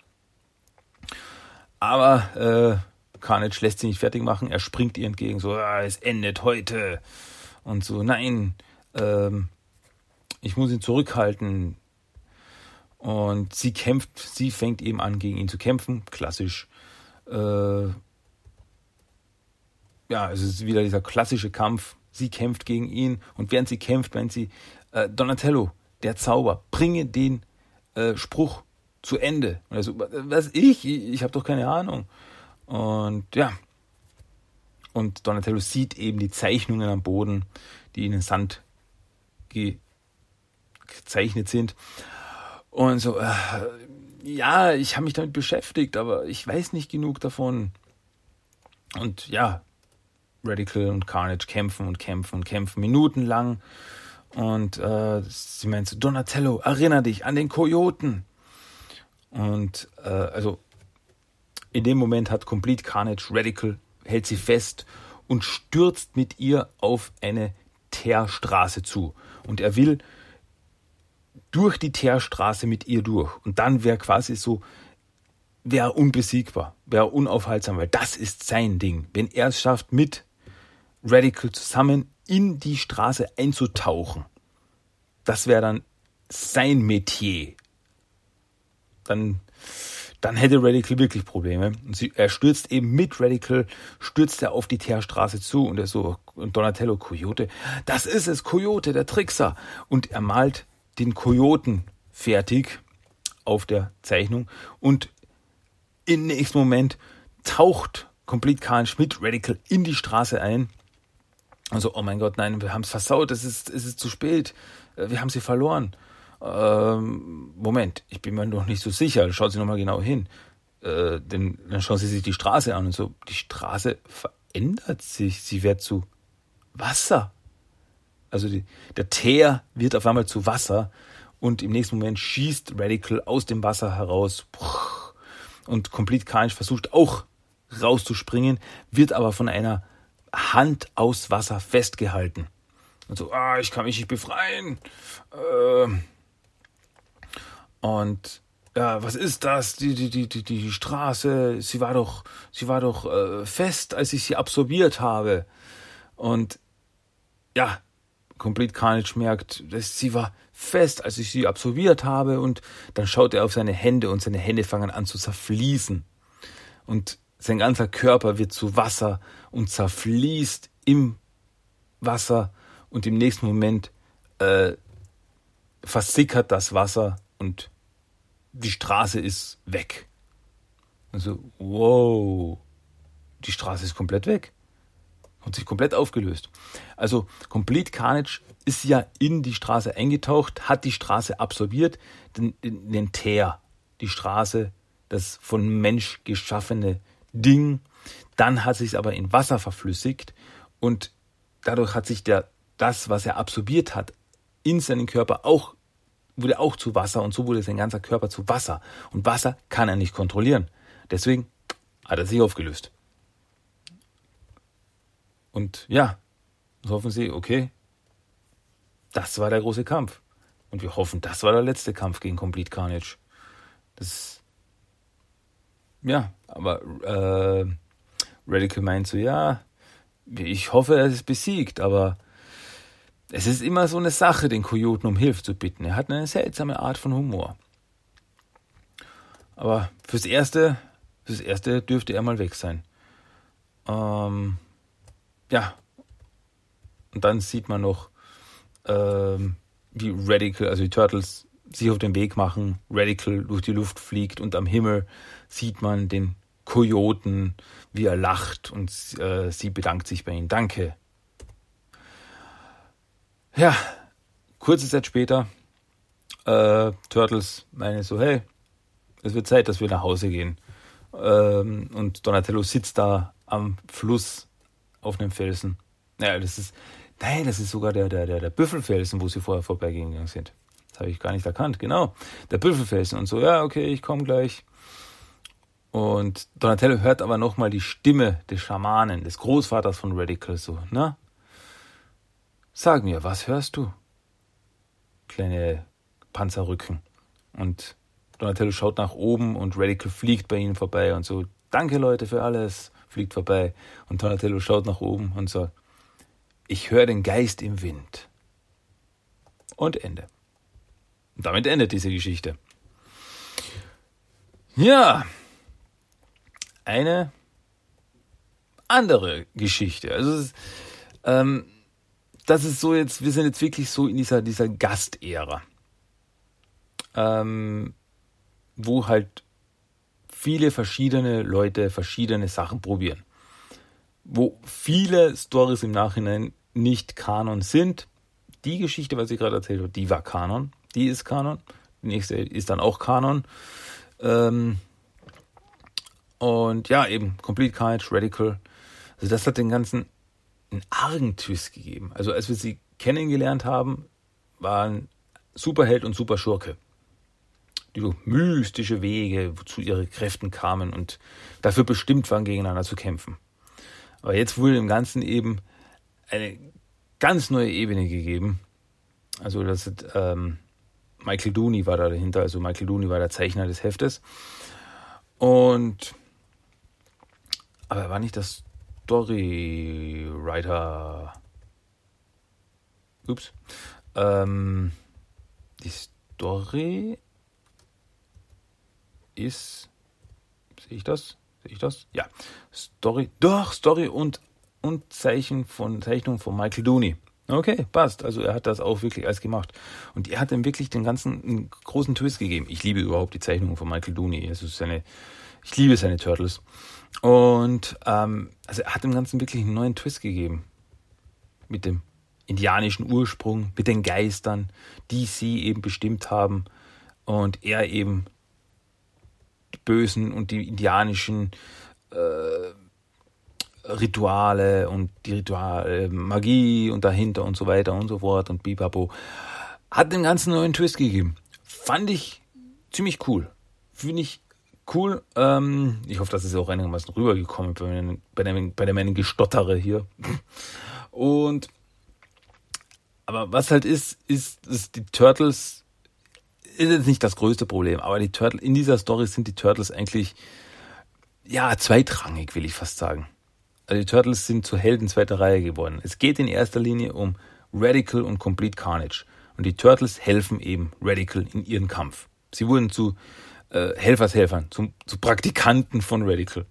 Aber Carnage lässt sie nicht fertig machen, er springt ihr entgegen, so, es endet heute. Und so, nein, ich muss ihn zurückhalten. Und sie fängt eben an, gegen ihn zu kämpfen, klassisch. Es ist wieder dieser klassische Kampf, sie kämpft gegen ihn und während sie kämpft, meint sie, Donatello, der Zauber, bringe den Spruch zu Ende. Und er so, was ich habe doch keine Ahnung. Und ja, und Donatello sieht eben die Zeichnungen am Boden, die in den Sand gezeichnet sind. Und so, ich habe mich damit beschäftigt, aber ich weiß nicht genug davon. Und ja, Radical und Carnage kämpfen minutenlang. Und sie meint so, Donatello, erinnere dich an den Kojoten. Und in dem Moment hat Complete Carnage Radical, hält sie fest und stürzt mit ihr auf eine Teerstraße zu. Und er will durch die Teerstraße mit ihr durch. Und dann wäre quasi so, wäre unbesiegbar, wäre unaufhaltsam, weil das ist sein Ding. Wenn er es schafft, mit Radical zusammen in die Straße einzutauchen, das wäre dann sein Metier. Dann hätte Radical wirklich Probleme. Und er stürzt eben mit Radical, stürzt er auf die Teerstraße zu und er so, und Donatello, Coyote, das ist es, Coyote, der Trickser. Und er malt den Kojoten fertig auf der Zeichnung und im nächsten Moment taucht Complete Carnage mit Radical in die Straße ein. Also, oh mein Gott, nein, wir haben es versaut, es ist zu spät, wir haben sie verloren. Moment, ich bin mir noch nicht so sicher, schaut sie nochmal genau hin. Denn dann schauen sie sich die Straße an und so, die Straße verändert sich, sie wird zu Wasser. Also der Teer wird auf einmal zu Wasser und im nächsten Moment schießt Radical aus dem Wasser heraus und Complete Carnage versucht auch rauszuspringen, wird aber von einer Hand aus Wasser festgehalten. Und so, ich kann mich nicht befreien. Und ja, was ist das? Die Straße, sie war doch fest, als ich sie absorbiert habe. Und ja, Complete Carnage merkt, dass sie war fest, als ich sie absorbiert habe. Und dann schaut er auf seine Hände und seine Hände fangen an zu zerfließen. Und sein ganzer Körper wird zu Wasser und zerfließt im Wasser. Und im nächsten Moment versickert das Wasser und die Straße ist weg. Also, wow, die Straße ist komplett weg. Hat sich komplett aufgelöst. Also Complete Carnage ist ja in die Straße eingetaucht, hat die Straße absorbiert, den Teer, die Straße, das von Mensch geschaffene Ding, Dann hat sich aber in Wasser verflüssigt und dadurch hat sich das, was er absorbiert hat, in seinen Körper wurde auch zu Wasser und so wurde sein ganzer Körper zu Wasser. Und Wasser kann er nicht kontrollieren. Deswegen hat er sich aufgelöst. Und ja, so hoffen sie, okay, das war der große Kampf. Und wir hoffen, das war der letzte Kampf gegen Complete Carnage. Aber Radical meint so, ja, ich hoffe, er ist besiegt, aber es ist immer so eine Sache, den Kojoten um Hilfe zu bitten. Er hat eine seltsame Art von Humor. Aber fürs Erste dürfte er mal weg sein. Und dann sieht man noch, wie Radical, also die Turtles, sich auf den Weg machen, Radical durch die Luft fliegt und am Himmel sieht man den Kojoten, wie er lacht und sie bedankt sich bei ihm. Danke. Ja, kurze Zeit später, Turtles meinen so, hey, es wird Zeit, dass wir nach Hause gehen. Und Donatello sitzt da am Fluss auf einem Felsen. Ja, das ist sogar der Büffelfelsen, wo sie vorher vorbeigegangen sind. Das habe ich gar nicht erkannt, genau. Der Büffelfelsen und so, ja, okay, ich komme gleich. Und Donatello hört aber nochmal die Stimme des Schamanen, des Großvaters von Radical, so, na? Sag mir, was hörst du? Kleine Panzerrücken. Und Donatello schaut nach oben und Radical fliegt bei ihnen vorbei und so, danke Leute für alles, fliegt vorbei. Und Donatello schaut nach oben und sagt, ich höre den Geist im Wind. Und Ende. Und damit endet diese Geschichte. Ja, eine andere Geschichte. Also das ist so jetzt, wir sind jetzt wirklich so in dieser Gastära, wo halt viele verschiedene Leute verschiedene Sachen probieren. Wo viele Storys im Nachhinein nicht Kanon sind. Die Geschichte, was ich gerade erzählt habe, die war Kanon. Die ist Kanon. Die nächste ist dann auch Kanon. Und ja, eben, Complete Carnage, Radical. Also das hat den Ganzen einen argen Twist gegeben. Also als wir sie kennengelernt haben, waren Superheld und Superschurke, die durch mystische Wege zu ihren Kräften kamen und dafür bestimmt waren, gegeneinander zu kämpfen. Aber jetzt wurde dem Ganzen eben eine ganz neue Ebene gegeben. Also das hat, Michael Dooney war da dahinter, also Michael Dooney war der Zeichner des Heftes. Aber er war nicht das Storywriter. Die Story ist. Sehe ich das? Ja. Story und Zeichnung von Michael Dooney. Okay, passt. Also er hat das auch wirklich alles gemacht. Und er hat ihm wirklich den ganzen einen großen Twist gegeben. Ich liebe überhaupt die Zeichnungen von Michael Dooney. Also ich liebe seine Turtles. Und also er hat dem Ganzen wirklich einen neuen Twist gegeben. Mit dem indianischen Ursprung, mit den Geistern, die sie eben bestimmt haben. Und er eben die bösen und die indianischen Rituale und die Rituale, Magie und dahinter und so weiter und so fort und Bipapo. Hat dem Ganzen einen neuen Twist gegeben. Fand ich ziemlich cool. Finde ich cool. Ich hoffe, das ist auch einigermaßen rübergekommen bei meinen Gestottere hier. Aber was halt ist die Turtles, ist jetzt nicht das größte Problem, aber die Turtles, in dieser Story sind die Turtles eigentlich, ja, zweitrangig, will ich fast sagen. Also die Turtles sind zu Helden zweiter Reihe geworden. Es geht in erster Linie um Radical und Complete Carnage. Und die Turtles helfen eben Radical in ihrem Kampf. Sie wurden zu Helfershelfern, zu Praktikanten von Radical.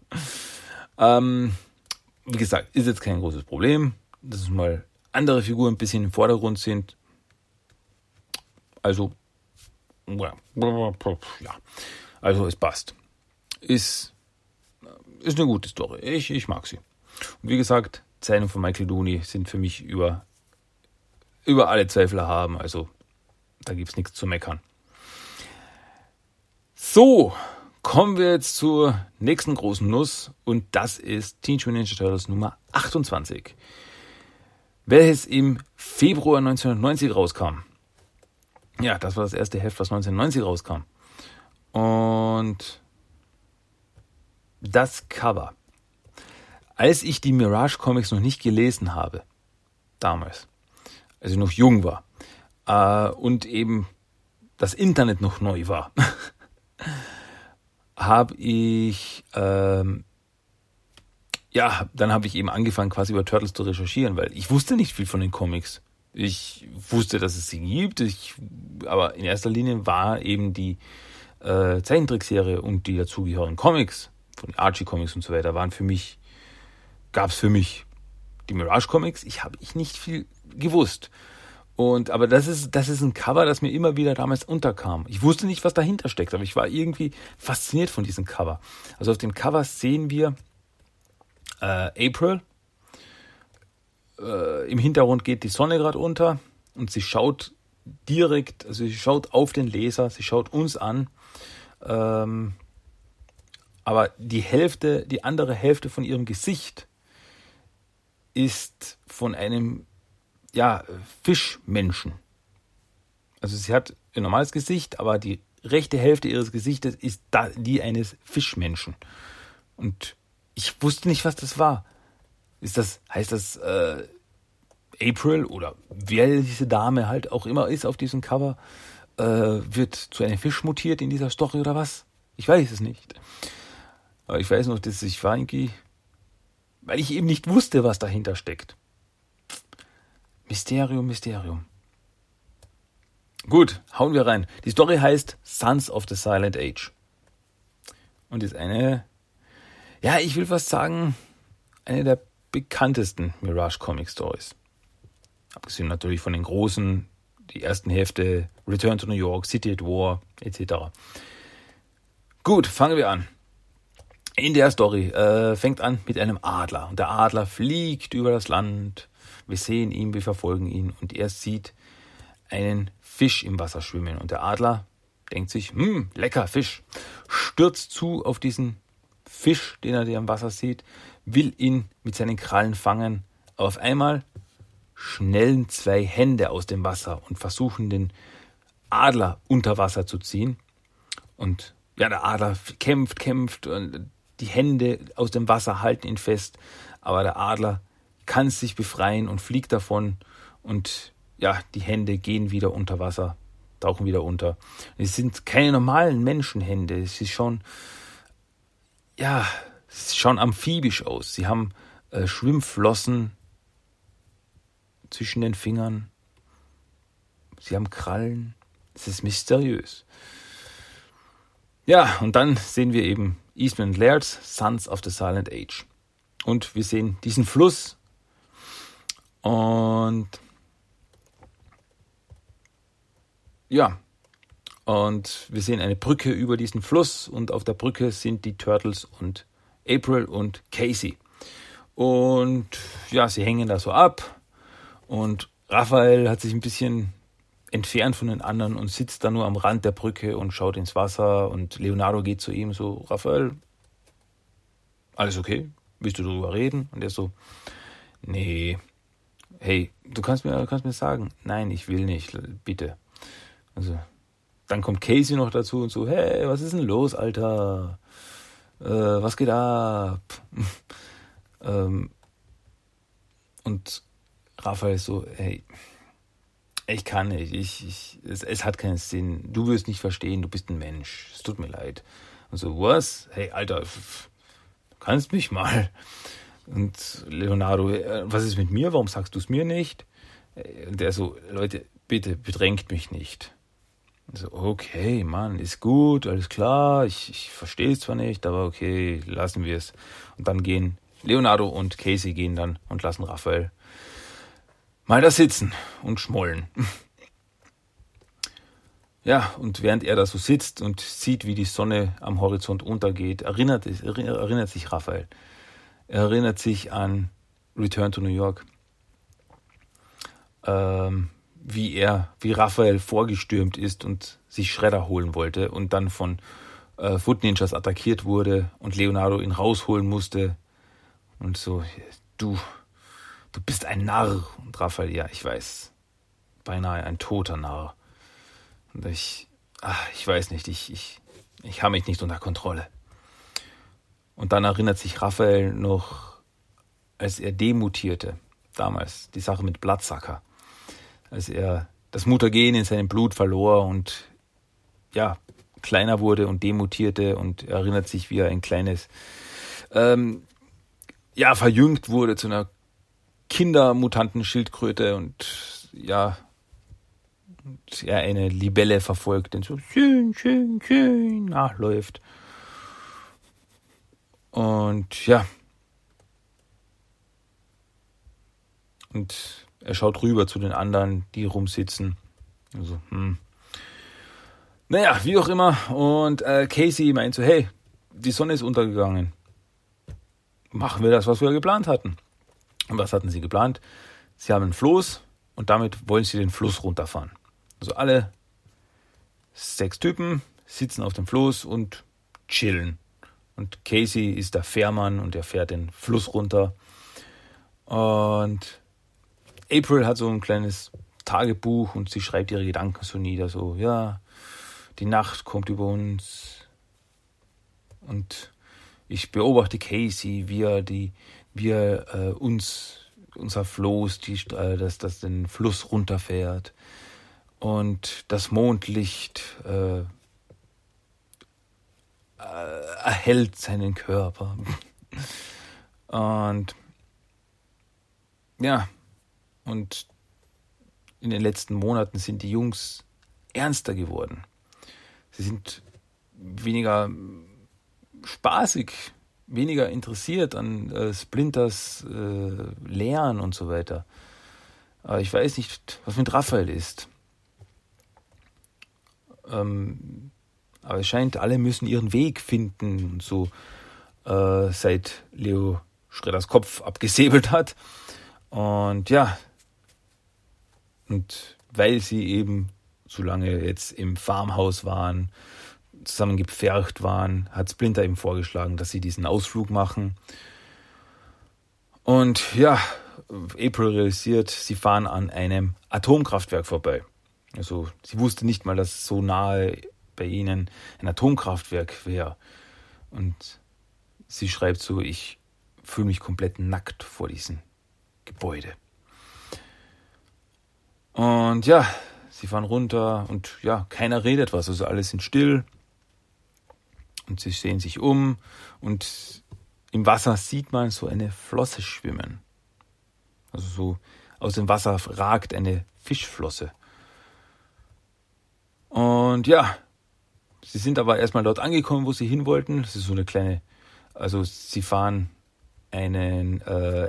Wie gesagt, ist jetzt kein großes Problem, dass mal andere Figuren ein bisschen im Vordergrund sind. Also, ja, also es passt. Ist eine gute Story. Ich mag sie. Und wie gesagt, Zeichnungen von Michael Dooney sind für mich über alle Zweifel erhaben. Also da gibt es nichts zu meckern. So, kommen wir jetzt zur nächsten großen Nuss und das ist Teenage Mutant Ninja Turtles Nummer 28, welches im Februar 1990 rauskam. Ja, das war das erste Heft, was 1990 rauskam. Und das Cover. Als ich die Mirage Comics noch nicht gelesen habe, damals, als ich noch jung war, und eben das Internet noch neu war, habe ich, dann habe ich eben angefangen, quasi über Turtles zu recherchieren, weil ich wusste nicht viel von den Comics. Ich wusste, dass es sie gibt, aber in erster Linie war eben die Zeichentrickserie und die dazugehörigen Comics, von Archie Comics und so weiter, gab es für mich die Mirage Comics. Ich habe nicht viel gewusst. Aber das ist ein Cover, das mir immer wieder damals unterkam. Ich wusste nicht, was dahinter steckt, aber ich war irgendwie fasziniert von diesem Cover. Also auf dem Cover sehen wir April. Im Hintergrund geht die Sonne gerade unter und sie schaut sie schaut auf den Leser, sie schaut uns an. Aber die andere Hälfte von ihrem Gesicht ist von einem Fischmenschen. Also sie hat ein normales Gesicht, aber die rechte Hälfte ihres Gesichtes ist die eines Fischmenschen. Und ich wusste nicht, was das war. Heißt das April oder wer diese Dame halt auch immer ist auf diesem Cover, wird zu einem Fisch mutiert in dieser Story oder was? Ich weiß es nicht. Aber ich weiß noch, dass ich war irgendwie, weil ich eben nicht wusste, was dahinter steckt. Mysterium. Gut, hauen wir rein. Die Story heißt Sons of the Silent Age. Und ist eine der bekanntesten Mirage Comic Stories. Abgesehen natürlich von den großen, die ersten Hefte, Return to New York, City at War, etc. Gut, fangen wir an. In der Story fängt an mit einem Adler. Und der Adler fliegt über das Land. Wir sehen ihn, wir verfolgen ihn. Und er sieht einen Fisch im Wasser schwimmen. Und der Adler denkt sich, lecker Fisch. Stürzt zu auf diesen Fisch, den er da im Wasser sieht. Will ihn mit seinen Krallen fangen. Aber auf einmal schnellen 2 Hände aus dem Wasser und versuchen, den Adler unter Wasser zu ziehen. Und der Adler kämpft und die Hände aus dem Wasser halten ihn fest. Aber der Adler kann sich befreien und fliegt davon. Und die Hände gehen wieder unter Wasser, tauchen wieder unter. Es sind keine normalen Menschenhände. Sie schauen amphibisch aus. Sie haben Schwimmflossen zwischen den Fingern. Sie haben Krallen. Es ist mysteriös. Ja, und dann sehen wir eben Eastman und Laird's Sons of the Silent Age. Und wir sehen diesen Fluss. Und wir sehen eine Brücke über diesen Fluss. Und auf der Brücke sind die Turtles und April und Casey. Und sie hängen da so ab. Und Raphael hat sich ein bisschen entfernt von den anderen und sitzt da nur am Rand der Brücke und schaut ins Wasser. Und Leonardo geht zu ihm so, Raphael, alles okay? Willst du darüber reden? Und er so, nee, hey, du kannst mir sagen, nein, ich will nicht, bitte. Also, dann kommt Casey noch dazu und so, hey, was ist denn los, Alter? Was geht ab? Und Raphael so, hey, ich kann nicht, es hat keinen Sinn, du wirst nicht verstehen, du bist ein Mensch, es tut mir leid. Und so, was? Hey, Alter, du kannst mich mal. Und Leonardo, was ist mit mir, warum sagst du es mir nicht? Und der so, Leute, bitte bedrängt mich nicht. Und so, okay, Mann, ist gut, alles klar, ich verstehe es zwar nicht, aber okay, lassen wir es. Und dann gehen Leonardo und Casey gehen dann und lassen Raphael mal da sitzen und schmollen. Ja, und während er da so sitzt und sieht, wie die Sonne am Horizont untergeht, erinnert sich Raphael. Er erinnert sich an Return to New York. Wie Raphael vorgestürmt ist und sich Shredder holen wollte und dann von Foot Ninjas attackiert wurde und Leonardo ihn rausholen musste. Und so, du bist ein Narr. Und Raphael, ja, ich weiß, beinahe ein toter Narr. Und ich weiß nicht, ich habe mich nicht unter Kontrolle. Und dann erinnert sich Raphael noch, als er demutierte, damals, die Sache mit Bloodsucker, als er das Mutagen in seinem Blut verlor und ja, kleiner wurde und demutierte und erinnert sich, wie er ein kleines, verjüngt wurde zu einer Kindermutanten-Schildkröte und er eine Libelle verfolgt, den so schön nachläuft. Und ja, und er schaut rüber zu den anderen, die rumsitzen. Also, Naja, wie auch immer. Und Casey meint so, hey, die Sonne ist untergegangen. Machen wir das, was wir geplant hatten. Und was hatten sie geplant? Sie haben einen Floß und damit wollen sie den Fluss runterfahren. Also alle 6 Typen sitzen auf dem Floß und chillen. Und Casey ist der Fährmann und er fährt den Fluss runter. Und April hat so ein kleines Tagebuch und sie schreibt ihre Gedanken so nieder. So, ja, die Nacht kommt über uns. Und ich beobachte Casey, wie er unser Floß, das den Fluss runterfährt. Und das Mondlicht erhellt seinen Körper. Und ja, und in den letzten Monaten sind die Jungs ernster geworden. Sie sind weniger spaßig, weniger interessiert an Splinters Lehren und so weiter. Aber ich weiß nicht, was mit Raphael ist. Aber es scheint, alle müssen ihren Weg finden und so, seit Leo Schredders Kopf abgesäbelt hat. Und ja, und weil sie eben so lange jetzt im Farmhaus waren, zusammen gepfercht waren, hat Splinter eben vorgeschlagen, dass sie diesen Ausflug machen. Und ja, April realisiert, sie fahren an einem Atomkraftwerk vorbei. Also sie wusste nicht mal, dass so nahe bei ihnen ein Atomkraftwerk wäre. Und sie schreibt so, ich fühle mich komplett nackt vor diesem Gebäude. Und ja, sie fahren runter und ja, keiner redet was, also alle sind still. Und sie sehen sich um und im Wasser sieht man so eine Flosse schwimmen. Also so aus dem Wasser ragt eine Fischflosse. Und ja, sie sind aber erstmal dort angekommen, wo sie hin wollten. Das ist so eine kleine, also sie fahren einen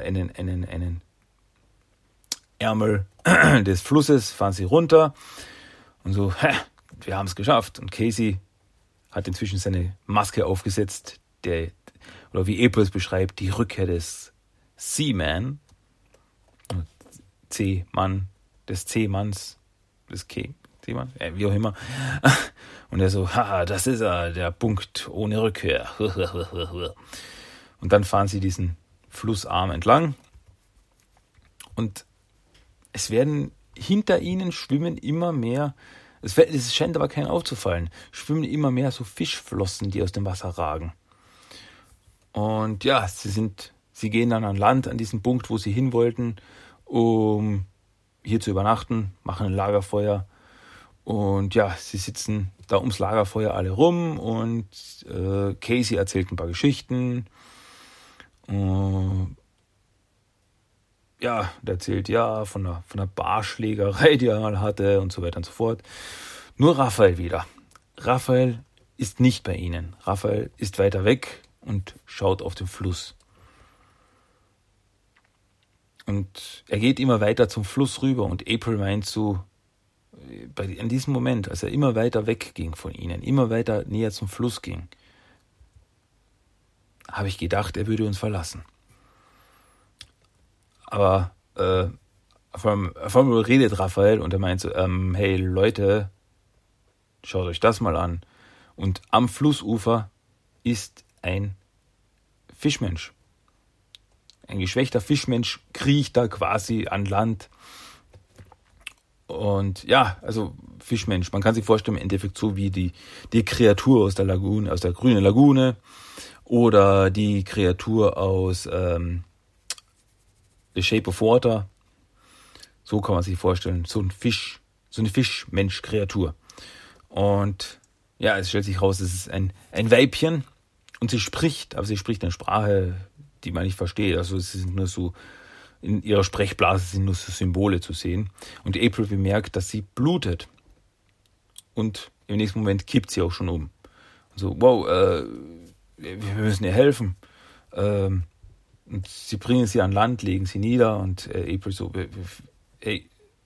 Ärmel des Flusses, fahren sie runter und so, wir haben es geschafft. Und Casey hat inzwischen seine Maske aufgesetzt, oder wie April es beschreibt, die Rückkehr des Seaman, C-Mann, des C-Manns, des C-Mann, wie auch immer. Und er so, das ist er, der Punkt ohne Rückkehr. Und dann fahren sie diesen Flussarm entlang und es werden hinter ihnen schwimmen immer mehr, es scheint aber keinen aufzufallen, schwimmen immer mehr so Fischflossen, die aus dem Wasser ragen. Und ja, sie gehen dann an Land, an diesen Punkt, wo sie hin wollten, um hier zu übernachten, machen ein Lagerfeuer. Und ja, sie sitzen da ums Lagerfeuer alle rum und Casey erzählt ein paar Geschichten. Ja, der erzählt von der Barschlägerei, die er mal hatte und so weiter und so fort. Nur Raphael wieder. Raphael ist nicht bei ihnen. Raphael ist weiter weg und schaut auf den Fluss. Und er geht immer weiter zum Fluss rüber und April meint so, in diesem Moment, als er immer weiter wegging von ihnen, immer weiter näher zum Fluss ging, habe ich gedacht, er würde uns verlassen. Aber auf einmal redet Raphael und er meint so, hey Leute, schaut euch das mal an. Und am Flussufer ist ein Fischmensch. Ein geschwächter Fischmensch kriecht da quasi an Land. Und ja, also Fischmensch, man kann sich vorstellen, im Endeffekt so wie die Kreatur aus der Lagune, aus der grünen Lagune oder die Kreatur aus The Shape of Water. So kann man sich vorstellen, so ein Fisch, so eine Fischmensch-Kreatur. Und ja, es stellt sich raus, es ist ein Weibchen und sie spricht, aber sie spricht eine Sprache, die man nicht versteht. Also es sind nur so, in ihrer Sprechblase sind nur so Symbole zu sehen. Und April bemerkt, dass sie blutet. Und im nächsten Moment kippt sie auch schon um. So, wow, wir müssen ihr helfen. Und sie bringen sie an Land, legen sie nieder und April so, hey,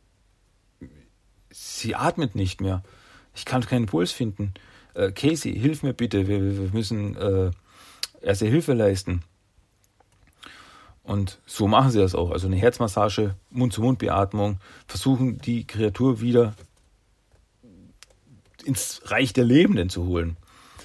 sie atmet nicht mehr. Ich kann keinen Puls finden. Casey, hilf mir bitte. Wir müssen erste Hilfe leisten. Und so machen sie das auch. Also eine Herzmassage, Mund-zu-Mund-Beatmung, versuchen die Kreatur wieder ins Reich der Lebenden zu holen.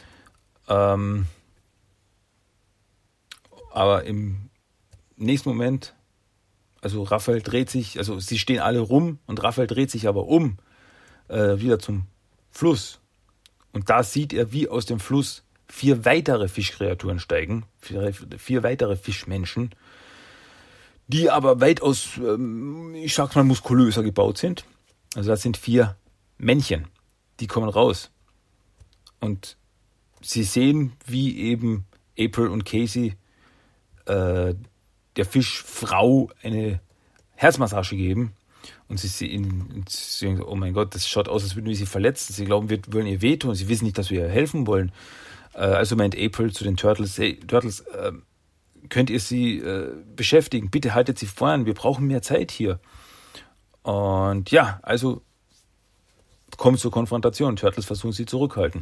Aber im nächsten Moment, also Raphael dreht sich, also sie stehen alle rum und Raphael dreht sich aber um, wieder zum Fluss. Und da sieht er, wie aus dem Fluss 4 weitere Fischkreaturen steigen, 4 weitere Fischmenschen, die aber weitaus, ich sag's mal, muskulöser gebaut sind. Also das sind 4 Männchen, die kommen raus. Und sie sehen, wie eben April und Casey der Fischfrau eine Herzmassage geben. Und sie sehen, oh mein Gott, das schaut aus, als würden wir sie verletzen. Sie glauben, wir wollen ihr wehtun. Sie wissen nicht, dass wir ihr helfen wollen. Also meint April zu den Turtles, hey, Turtles, könnt ihr sie beschäftigen? Bitte haltet sie fern, wir brauchen mehr Zeit hier. Und ja, also kommt zur Konfrontation. Turtles versuchen sie zurückhalten.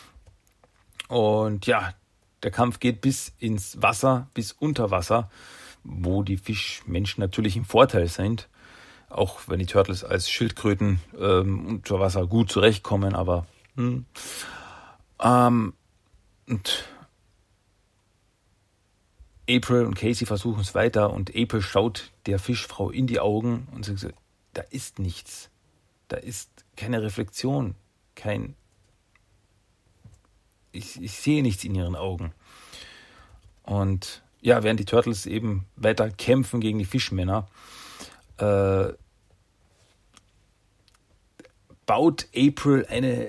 Und ja, der Kampf geht bis ins Wasser, bis unter Wasser, wo die Fischmenschen natürlich im Vorteil sind. Auch wenn die Turtles als Schildkröten unter Wasser gut zurechtkommen, aber und April und Casey versuchen es weiter und April schaut der Fischfrau in die Augen und sagt, da ist nichts. Da ist keine Reflexion, ich sehe nichts in ihren Augen. Und ja, während die Turtles eben weiter kämpfen gegen die Fischmänner, baut April eine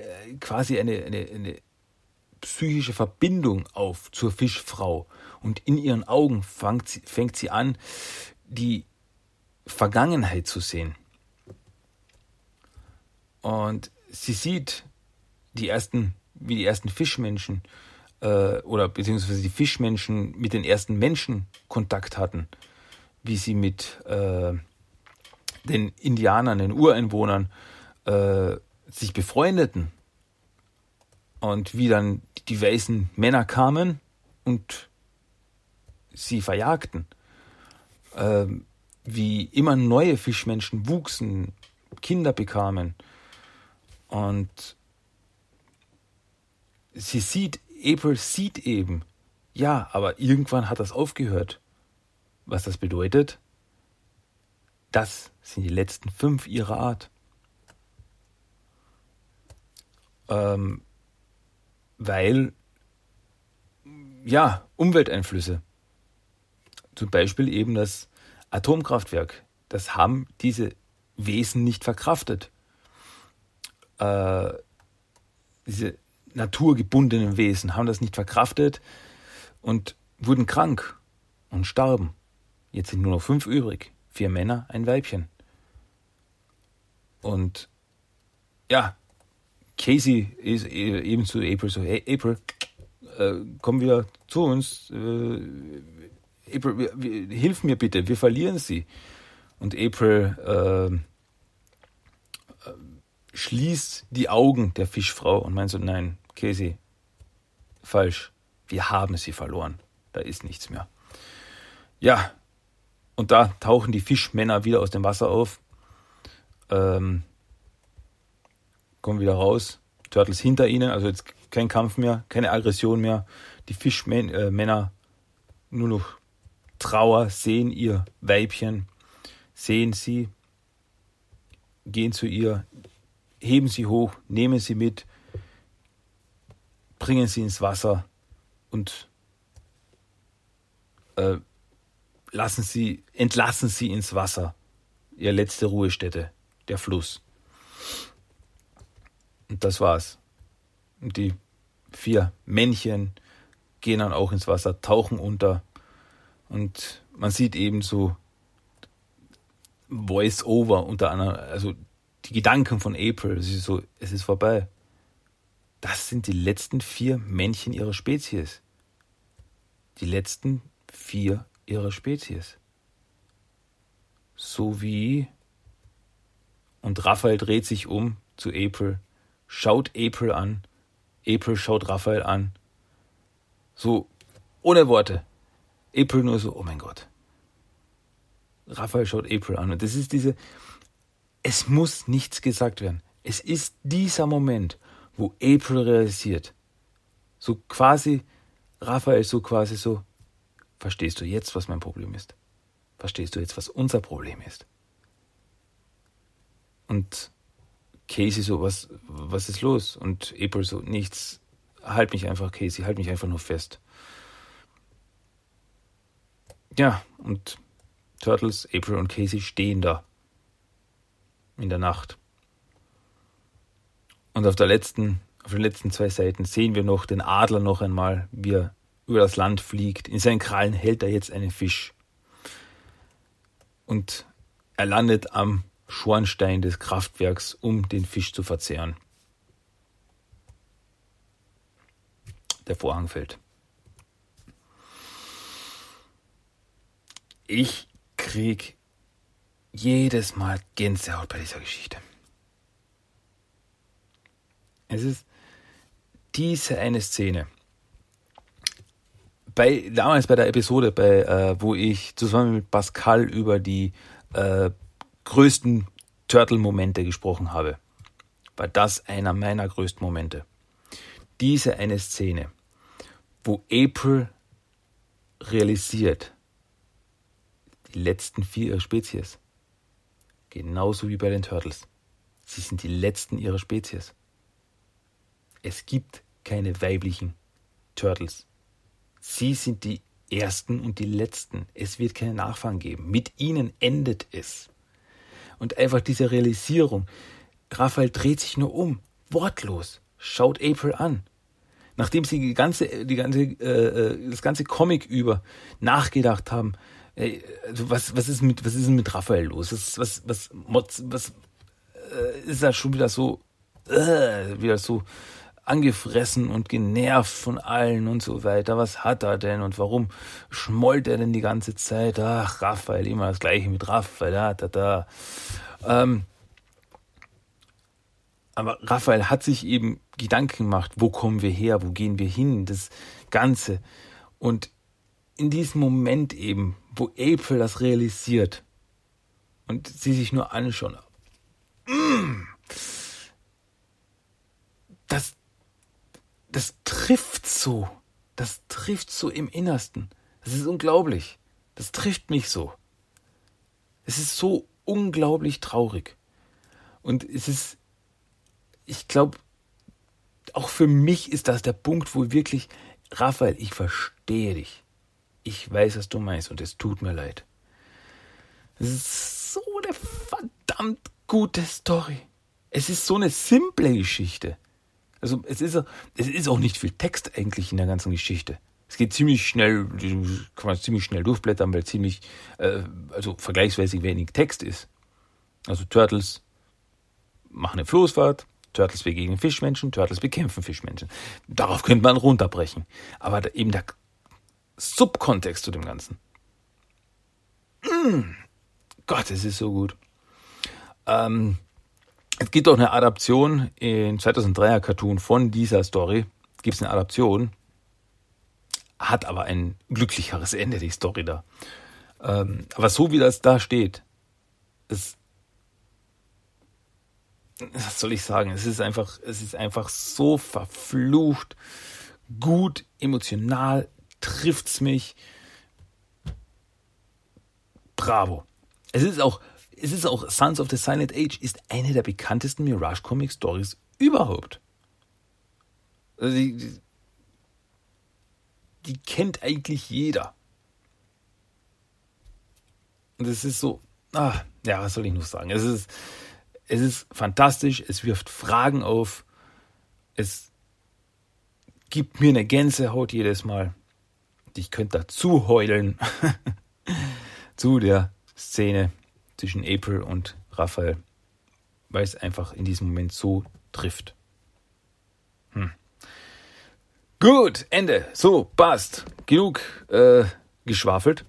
psychische Verbindung auf zur Fischfrau. Und in ihren Augen fängt sie an, die Vergangenheit zu sehen. Und sie sieht wie die ersten Fischmenschen oder beziehungsweise die Fischmenschen mit den ersten Menschen Kontakt hatten, wie sie mit den Indianern, den Ureinwohnern sich befreundeten und wie dann die weißen Männer kamen und sie verjagten, wie immer neue Fischmenschen wuchsen, Kinder bekamen und April sieht eben, ja, aber irgendwann hat das aufgehört. Was das bedeutet? Das sind die letzten 5 ihrer Art. Weil, ja, Umwelteinflüsse, zum Beispiel eben das Atomkraftwerk, das haben diese Wesen nicht verkraftet. Diese naturgebundenen Wesen haben das nicht verkraftet und wurden krank und starben. Jetzt sind nur noch 5 übrig. 4 Männer, ein Weibchen. Und ja, Casey ist eben zu April so, hey April, komm wieder zu uns. April, hilf mir bitte, wir verlieren sie. Und April schließt die Augen der Fischfrau und meint so, nein, Casey, falsch, wir haben sie verloren, da ist nichts mehr. Ja, und da tauchen die Fischmänner wieder aus dem Wasser auf, kommen wieder raus, Turtles hinter ihnen, also jetzt kein Kampf mehr, keine Aggression mehr. Die Fischmänner nur noch Trauer, sehen ihr Weibchen, sehen sie, gehen zu ihr, heben sie hoch, nehmen sie mit, bringen sie ins Wasser und entlassen sie ins Wasser, ihre letzte Ruhestätte, der Fluss. Und das war's. Und die 4 Männchen gehen dann auch ins Wasser, tauchen unter und man sieht eben so Voice-Over unter anderem, also die Gedanken von April, es ist vorbei. Das sind die letzten 4 Männchen ihrer Spezies. Die letzten 4 ihrer Spezies. So wie, und Raphael dreht sich um zu April, schaut April an, April schaut Raphael an, so ohne Worte. April nur so, oh mein Gott. Raphael schaut April an und das ist es muss nichts gesagt werden. Es ist dieser Moment, wo April realisiert, so quasi, Raphael so quasi so, verstehst du jetzt, was mein Problem ist? Verstehst du jetzt, was unser Problem ist? Und Casey so, was ist los? Und April so, nichts, halt mich einfach, Casey, halt mich einfach nur fest. Ja, und Turtles, April und Casey stehen da in der Nacht. Und auf den letzten 2 Seiten sehen wir noch den Adler noch einmal, wie er über das Land fliegt. In seinen Krallen hält er jetzt einen Fisch. Und er landet am Schornstein des Kraftwerks, um den Fisch zu verzehren. Der Vorhang fällt. Ich krieg jedes Mal Gänsehaut bei dieser Geschichte. Es ist diese eine Szene. Damals bei der Episode, wo ich zusammen mit Pascal über die größten Turtle-Momente gesprochen habe, war das einer meiner größten Momente. Diese eine Szene, wo April realisiert, die letzten 4 ihrer Spezies, genauso wie bei den Turtles, sie sind die letzten ihrer Spezies. Es gibt keine weiblichen Turtles. Sie sind die Ersten und die Letzten. Es wird keine Nachfahren geben. Mit ihnen endet es. Und einfach diese Realisierung. Raphael dreht sich nur um, wortlos, schaut April an. Nachdem sie das ganze Comic über nachgedacht haben, also was ist mit Raphael los? Was ist da schon wieder so angefressen und genervt von allen und so weiter. Was hat er denn und warum schmollt er denn die ganze Zeit? Ach, Raphael, immer das Gleiche mit Raphael. Aber Raphael hat sich eben Gedanken gemacht, wo kommen wir her, wo gehen wir hin, das Ganze. Und in diesem Moment eben, wo April das realisiert und sie sich nur anschauen, das trifft so. Das trifft so im Innersten. Das ist unglaublich. Das trifft mich so. Es ist so unglaublich traurig. Und ich glaube, auch für mich ist das der Punkt, wo wirklich, Raphael, ich verstehe dich. Ich weiß, was du meinst und es tut mir leid. Es ist so eine verdammt gute Story. Es ist so eine simple Geschichte. Also es ist auch nicht viel Text eigentlich in der ganzen Geschichte. Es geht ziemlich schnell, kann man ziemlich schnell durchblättern, weil vergleichsweise wenig Text ist. Also Turtles machen eine Floßfahrt, Turtles begegnen Fischmenschen, Turtles bekämpfen Fischmenschen. Darauf könnte man runterbrechen. Aber eben der Subkontext zu dem Ganzen. Gott, es ist so gut. Es gibt auch eine Adaption in 2003er Cartoon von dieser Story. Gibt es eine Adaption. Hat aber ein glücklicheres Ende, die Story da. Aber so wie das da steht, was soll ich sagen, es ist einfach so verflucht gut, emotional, trifft's mich. Bravo. Es ist auch Sons of the Silent Age ist eine der bekanntesten Mirage Comic Stories überhaupt. Also die kennt eigentlich jeder. Und es ist so, was soll ich noch sagen? Es ist fantastisch, es wirft Fragen auf, es gibt mir eine Gänsehaut jedes Mal. Ich könnte dazu heulen zu der Szene zwischen April und Raphael, weil es einfach in diesem Moment so trifft. Gut, Ende. So, passt. Genug geschwafelt.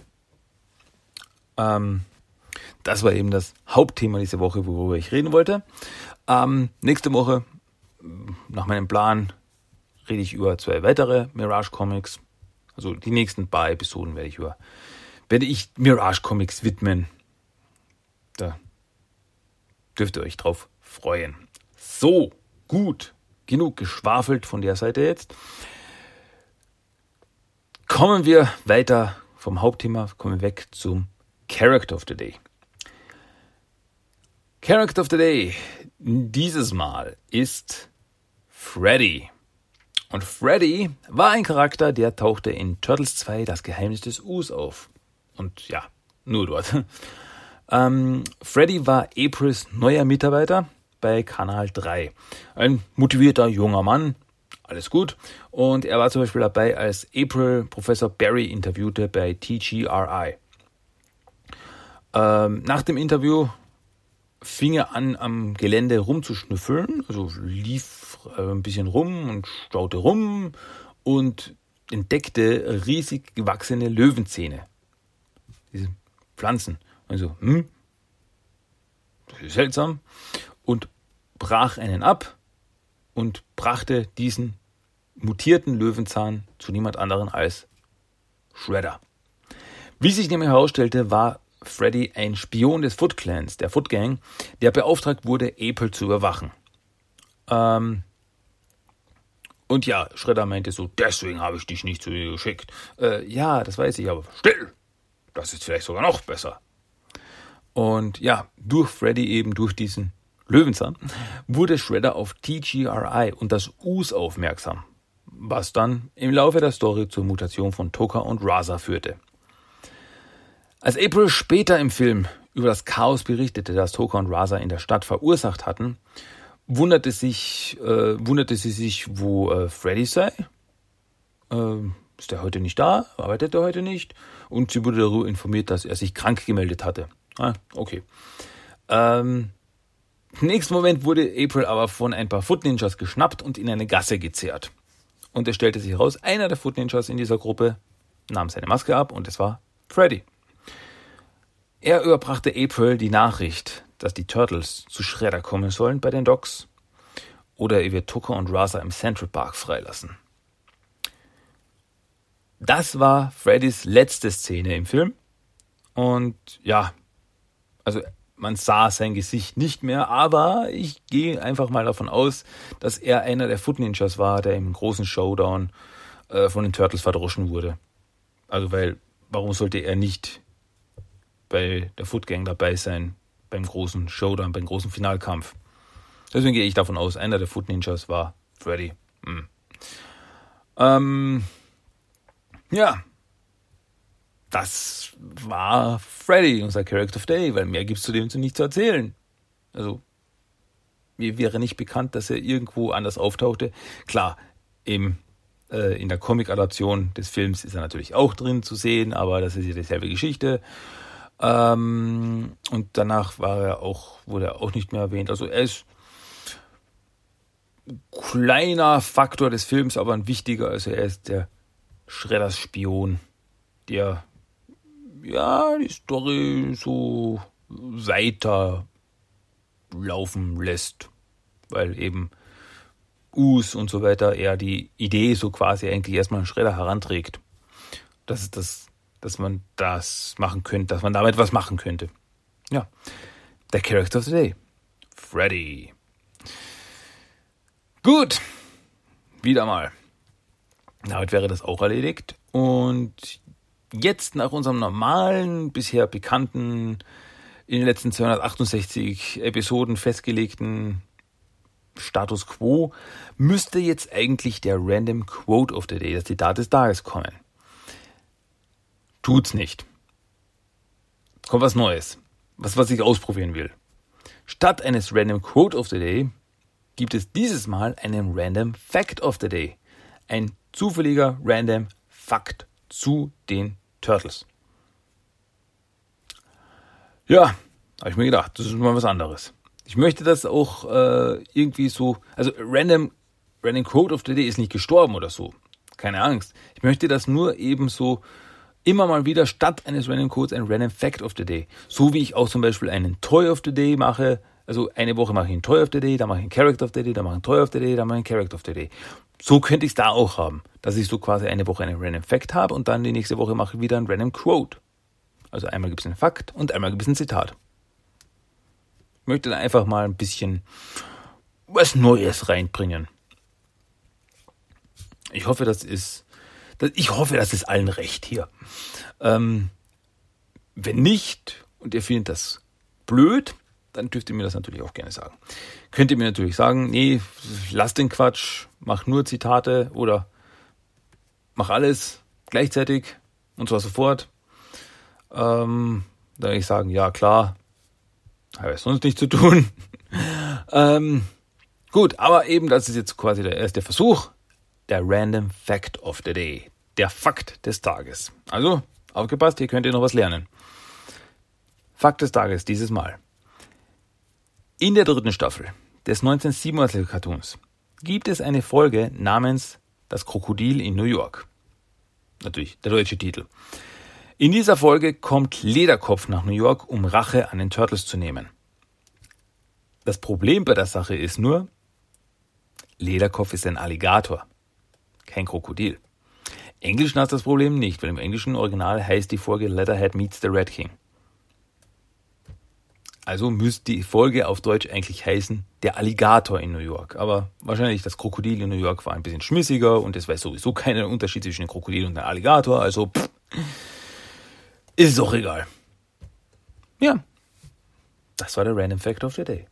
Das war eben das Hauptthema dieser Woche, worüber ich reden wollte. Nächste Woche, nach meinem Plan, rede ich über 2 weitere Mirage Comics. Also die nächsten paar Episoden werde ich Mirage Comics widmen. Da dürft ihr euch drauf freuen. So, gut. Genug geschwafelt von der Seite jetzt. Kommen wir weiter vom Hauptthema, kommen wir weg zum Character of the Day. Character of the Day dieses Mal ist Freddy. Und Freddy war ein Charakter, der tauchte in Turtles 2 Das Geheimnis des Us auf. Und ja, nur dort. Freddy war Aprils neuer Mitarbeiter bei Kanal 3. Ein motivierter junger Mann, alles gut. Und er war zum Beispiel dabei, als April Professor Barry interviewte bei TGRI. Nach dem Interview fing er an, am Gelände rumzuschnüffeln, also lief ein bisschen rum und schaute rum und entdeckte riesig gewachsene Löwenzähne. Diese Pflanzen. Also, das ist seltsam. Und brach einen ab und brachte diesen mutierten Löwenzahn zu niemand anderen als Shredder. Wie sich nämlich herausstellte, war Freddy ein Spion des Foot Clans, der Foot Gang, der beauftragt wurde, April zu überwachen. Und ja, Shredder meinte so, deswegen habe ich dich nicht zu ihr geschickt. Ja, das weiß ich, aber still! Das ist vielleicht sogar noch besser. Und ja, durch Freddy eben, durch diesen Löwenzahn, wurde Shredder auf TGRI und das Us aufmerksam, was dann im Laufe der Story zur Mutation von Tokka und Rahzar führte. Als April später im Film über das Chaos berichtete, das Tokka und Rahzar in der Stadt verursacht hatten, wunderte sie sich, wo Freddy sei. Ist er heute nicht da? Arbeitet er heute nicht? Und sie wurde darüber informiert, dass er sich krank gemeldet hatte. Okay. Im nächsten Moment wurde April aber von ein paar Foot Ninjas geschnappt und in eine Gasse gezerrt. Und es stellte sich heraus, einer der Foot Ninjas in dieser Gruppe nahm seine Maske ab und es war Freddy. Er überbrachte April die Nachricht, dass die Turtles zu Shredder kommen sollen bei den Docks oder er wird Tokka und Rahzar im Central Park freilassen. Das war Freddys letzte Szene im Film und ja, also man sah sein Gesicht nicht mehr, aber ich gehe einfach mal davon aus, dass er einer der Foot Ninjas war, der im großen Showdown von den Turtles verdroschen wurde. Also weil, warum sollte er nicht bei der Foot Gang dabei sein, beim großen Showdown, beim großen Finalkampf? Deswegen gehe ich davon aus, einer der Foot Ninjas war Freddy. Ja. Das war Freddy, unser Character of the Day, weil mehr gibt es zu dem nicht zu erzählen. Also, mir wäre nicht bekannt, dass er irgendwo anders auftauchte. Klar, in der Comic-Adaption des Films ist er natürlich auch drin zu sehen, aber das ist ja dieselbe Geschichte. Und danach wurde er auch nicht mehr erwähnt. Also er ist ein kleiner Faktor des Films, aber ein wichtiger. Also er ist der Shredders Spion, der die Story so weiter laufen lässt, weil eben Us und so weiter eher die Idee so quasi eigentlich erstmal einen Shredder heranträgt, dass man das machen könnte, dass man damit was machen könnte. Ja, der Character of the Day, Freddy. Gut, wieder mal. Damit wäre das auch erledigt. Und jetzt nach unserem normalen, bisher bekannten, in den letzten 268 Episoden festgelegten Status Quo müsste jetzt eigentlich der Random Quote of the Day, das Zitat des Tages, kommen. Tut's nicht. Kommt was Neues. Was ich ausprobieren will. Statt eines Random Quote of the Day gibt es dieses Mal einen Random Fact of the Day. Ein zufälliger Random Fakt zu den Turtles. Ja, habe ich mir gedacht, das ist mal was anderes. Ich möchte das auch irgendwie so, also Random Quote of the Day ist nicht gestorben oder so. Keine Angst. Ich möchte das nur eben so immer mal wieder statt eines Random Codes ein Random Fact of the Day. So wie ich auch zum Beispiel einen Toy of the Day mache. Also eine Woche mache ich einen Toy of the Day, dann mache ich einen Character of the Day, dann mache ich einen Toy of the Day, dann mache ich einen Character of the Day. So könnte ich es da auch haben. Dass ich so quasi eine Woche einen Random Fact habe und dann die nächste Woche mache ich wieder einen Random Quote. Also einmal gibt es einen Fakt und einmal gibt es ein Zitat. Ich möchte da einfach mal ein bisschen was Neues reinbringen. Ich hoffe, das ist allen recht hier. Wenn nicht und ihr findet das blöd, dann dürft ihr mir das natürlich auch gerne sagen. Könnt ihr mir natürlich sagen, nee, lass den Quatsch, mach nur Zitate oder mach alles gleichzeitig und zwar sofort. Dann würde ich sagen, ja klar, habe ich sonst nichts zu tun. Gut, aber eben, das ist jetzt quasi der erste Versuch, der Random Fact of the Day, der Fakt des Tages. Also, aufgepasst, hier könnt ihr noch was lernen. Fakt des Tages dieses Mal. In der 3. Staffel des 1987er Cartoons gibt es eine Folge namens Das Krokodil in New York. Natürlich, der deutsche Titel. In dieser Folge kommt Lederkopf nach New York, um Rache an den Turtles zu nehmen. Das Problem bei der Sache ist nur, Lederkopf ist ein Alligator, kein Krokodil. Englisch hat das Problem nicht, weil im englischen Original heißt die Folge Leatherhead Meets the Red King. Also müsste die Folge auf Deutsch eigentlich heißen Der Alligator in New York. Aber wahrscheinlich das Krokodil in New York war ein bisschen schmissiger und es weiß sowieso keinen Unterschied zwischen einem Krokodil und einem Alligator. Also ist es auch egal. Ja, das war der Random Fact of the Day.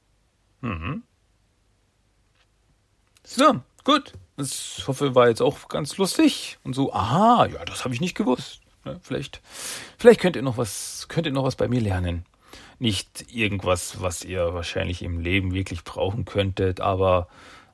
So, gut. Ich hoffe, war jetzt auch ganz lustig. Und so, aha, ja, das habe ich nicht gewusst. Ja, vielleicht könnt ihr noch was bei mir lernen. Nicht irgendwas, was ihr wahrscheinlich im Leben wirklich brauchen könntet, aber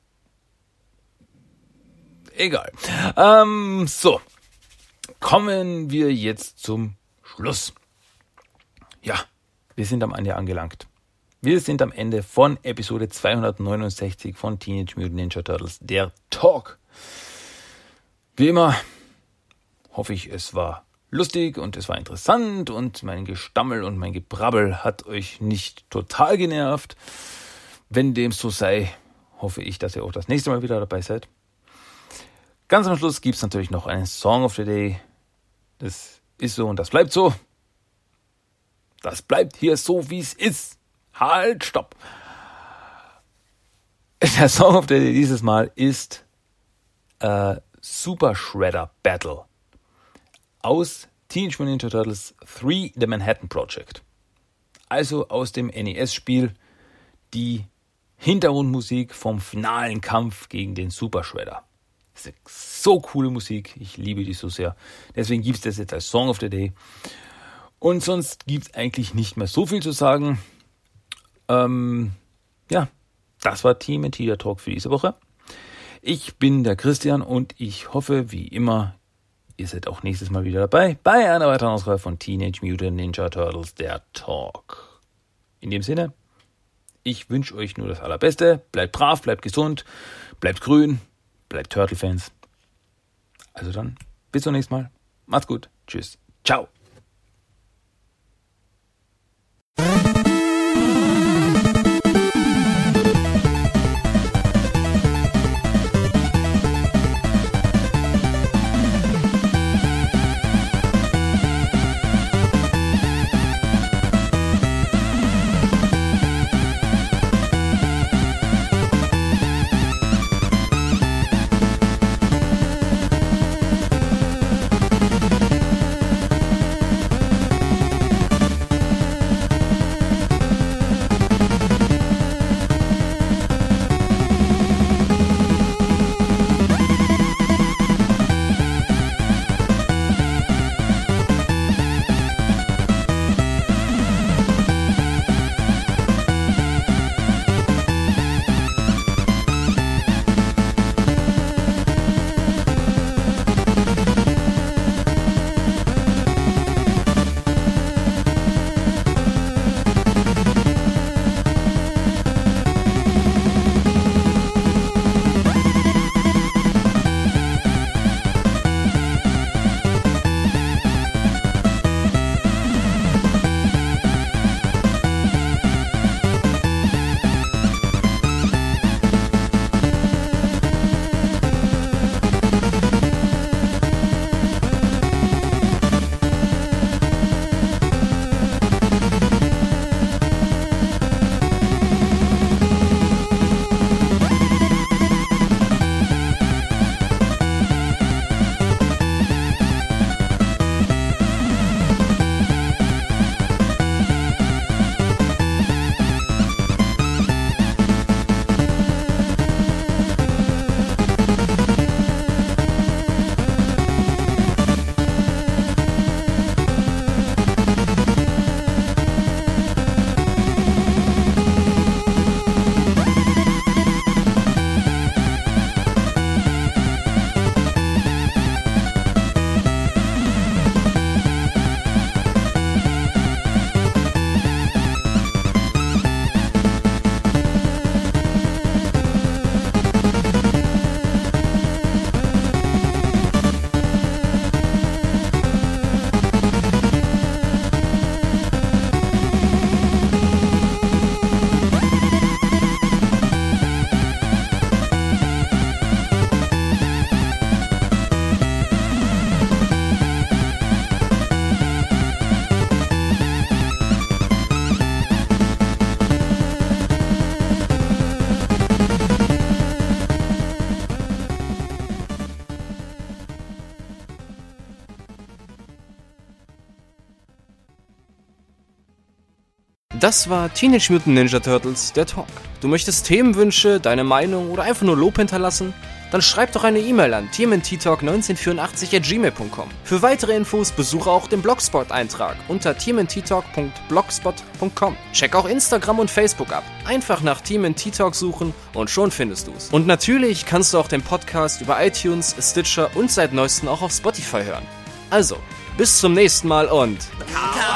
egal. So, kommen wir jetzt zum Schluss. Ja, wir sind am Ende angelangt. Wir sind am Ende von Episode 269 von Teenage Mutant Ninja Turtles, der Talk. Wie immer hoffe ich, es war lustig und es war interessant und mein Gestammel und mein Gebrabbel hat euch nicht total genervt. Wenn dem so sei, hoffe ich, dass ihr auch das nächste Mal wieder dabei seid. Ganz am Schluss gibt es natürlich noch einen Song of the Day. Das ist so und das bleibt so. Das bleibt hier so, wie es ist. Halt, stopp. Der Song of the Day dieses Mal ist Super Shredder Battle aus Teenage Mutant Ninja Turtles 3 The Manhattan Project. Also aus dem NES-Spiel die Hintergrundmusik vom finalen Kampf gegen den Super Shredder. Das ist so coole Musik, ich liebe die so sehr. Deswegen gibt es das jetzt als Song of the Day. Und sonst gibt es eigentlich nicht mehr so viel zu sagen. Ja, das war Team Teeter Talk für diese Woche. Ich bin der Christian und ich hoffe, wie immer, ihr seid auch nächstes Mal wieder dabei bei einer weiteren Ausgabe von Teenage Mutant Ninja Turtles, der Talk. In dem Sinne, ich wünsche euch nur das Allerbeste. Bleibt brav, bleibt gesund, bleibt grün, bleibt Turtle-Fans. Also dann, bis zum nächsten Mal. Macht's gut. Tschüss. Ciao. Das war Teenage Mutant Ninja Turtles, der Talk. Du möchtest Themenwünsche, deine Meinung oder einfach nur Lob hinterlassen? Dann schreib doch eine E-Mail an tmnttalk1984@gmail.com. Für weitere Infos besuche auch den Blogspot-Eintrag unter tmnttalk.blogspot.com. Check auch Instagram und Facebook ab. Einfach nach TMNT-Talk suchen und schon findest du's. Und natürlich kannst du auch den Podcast über iTunes, Stitcher und seit neuestem auch auf Spotify hören. Also, bis zum nächsten Mal und...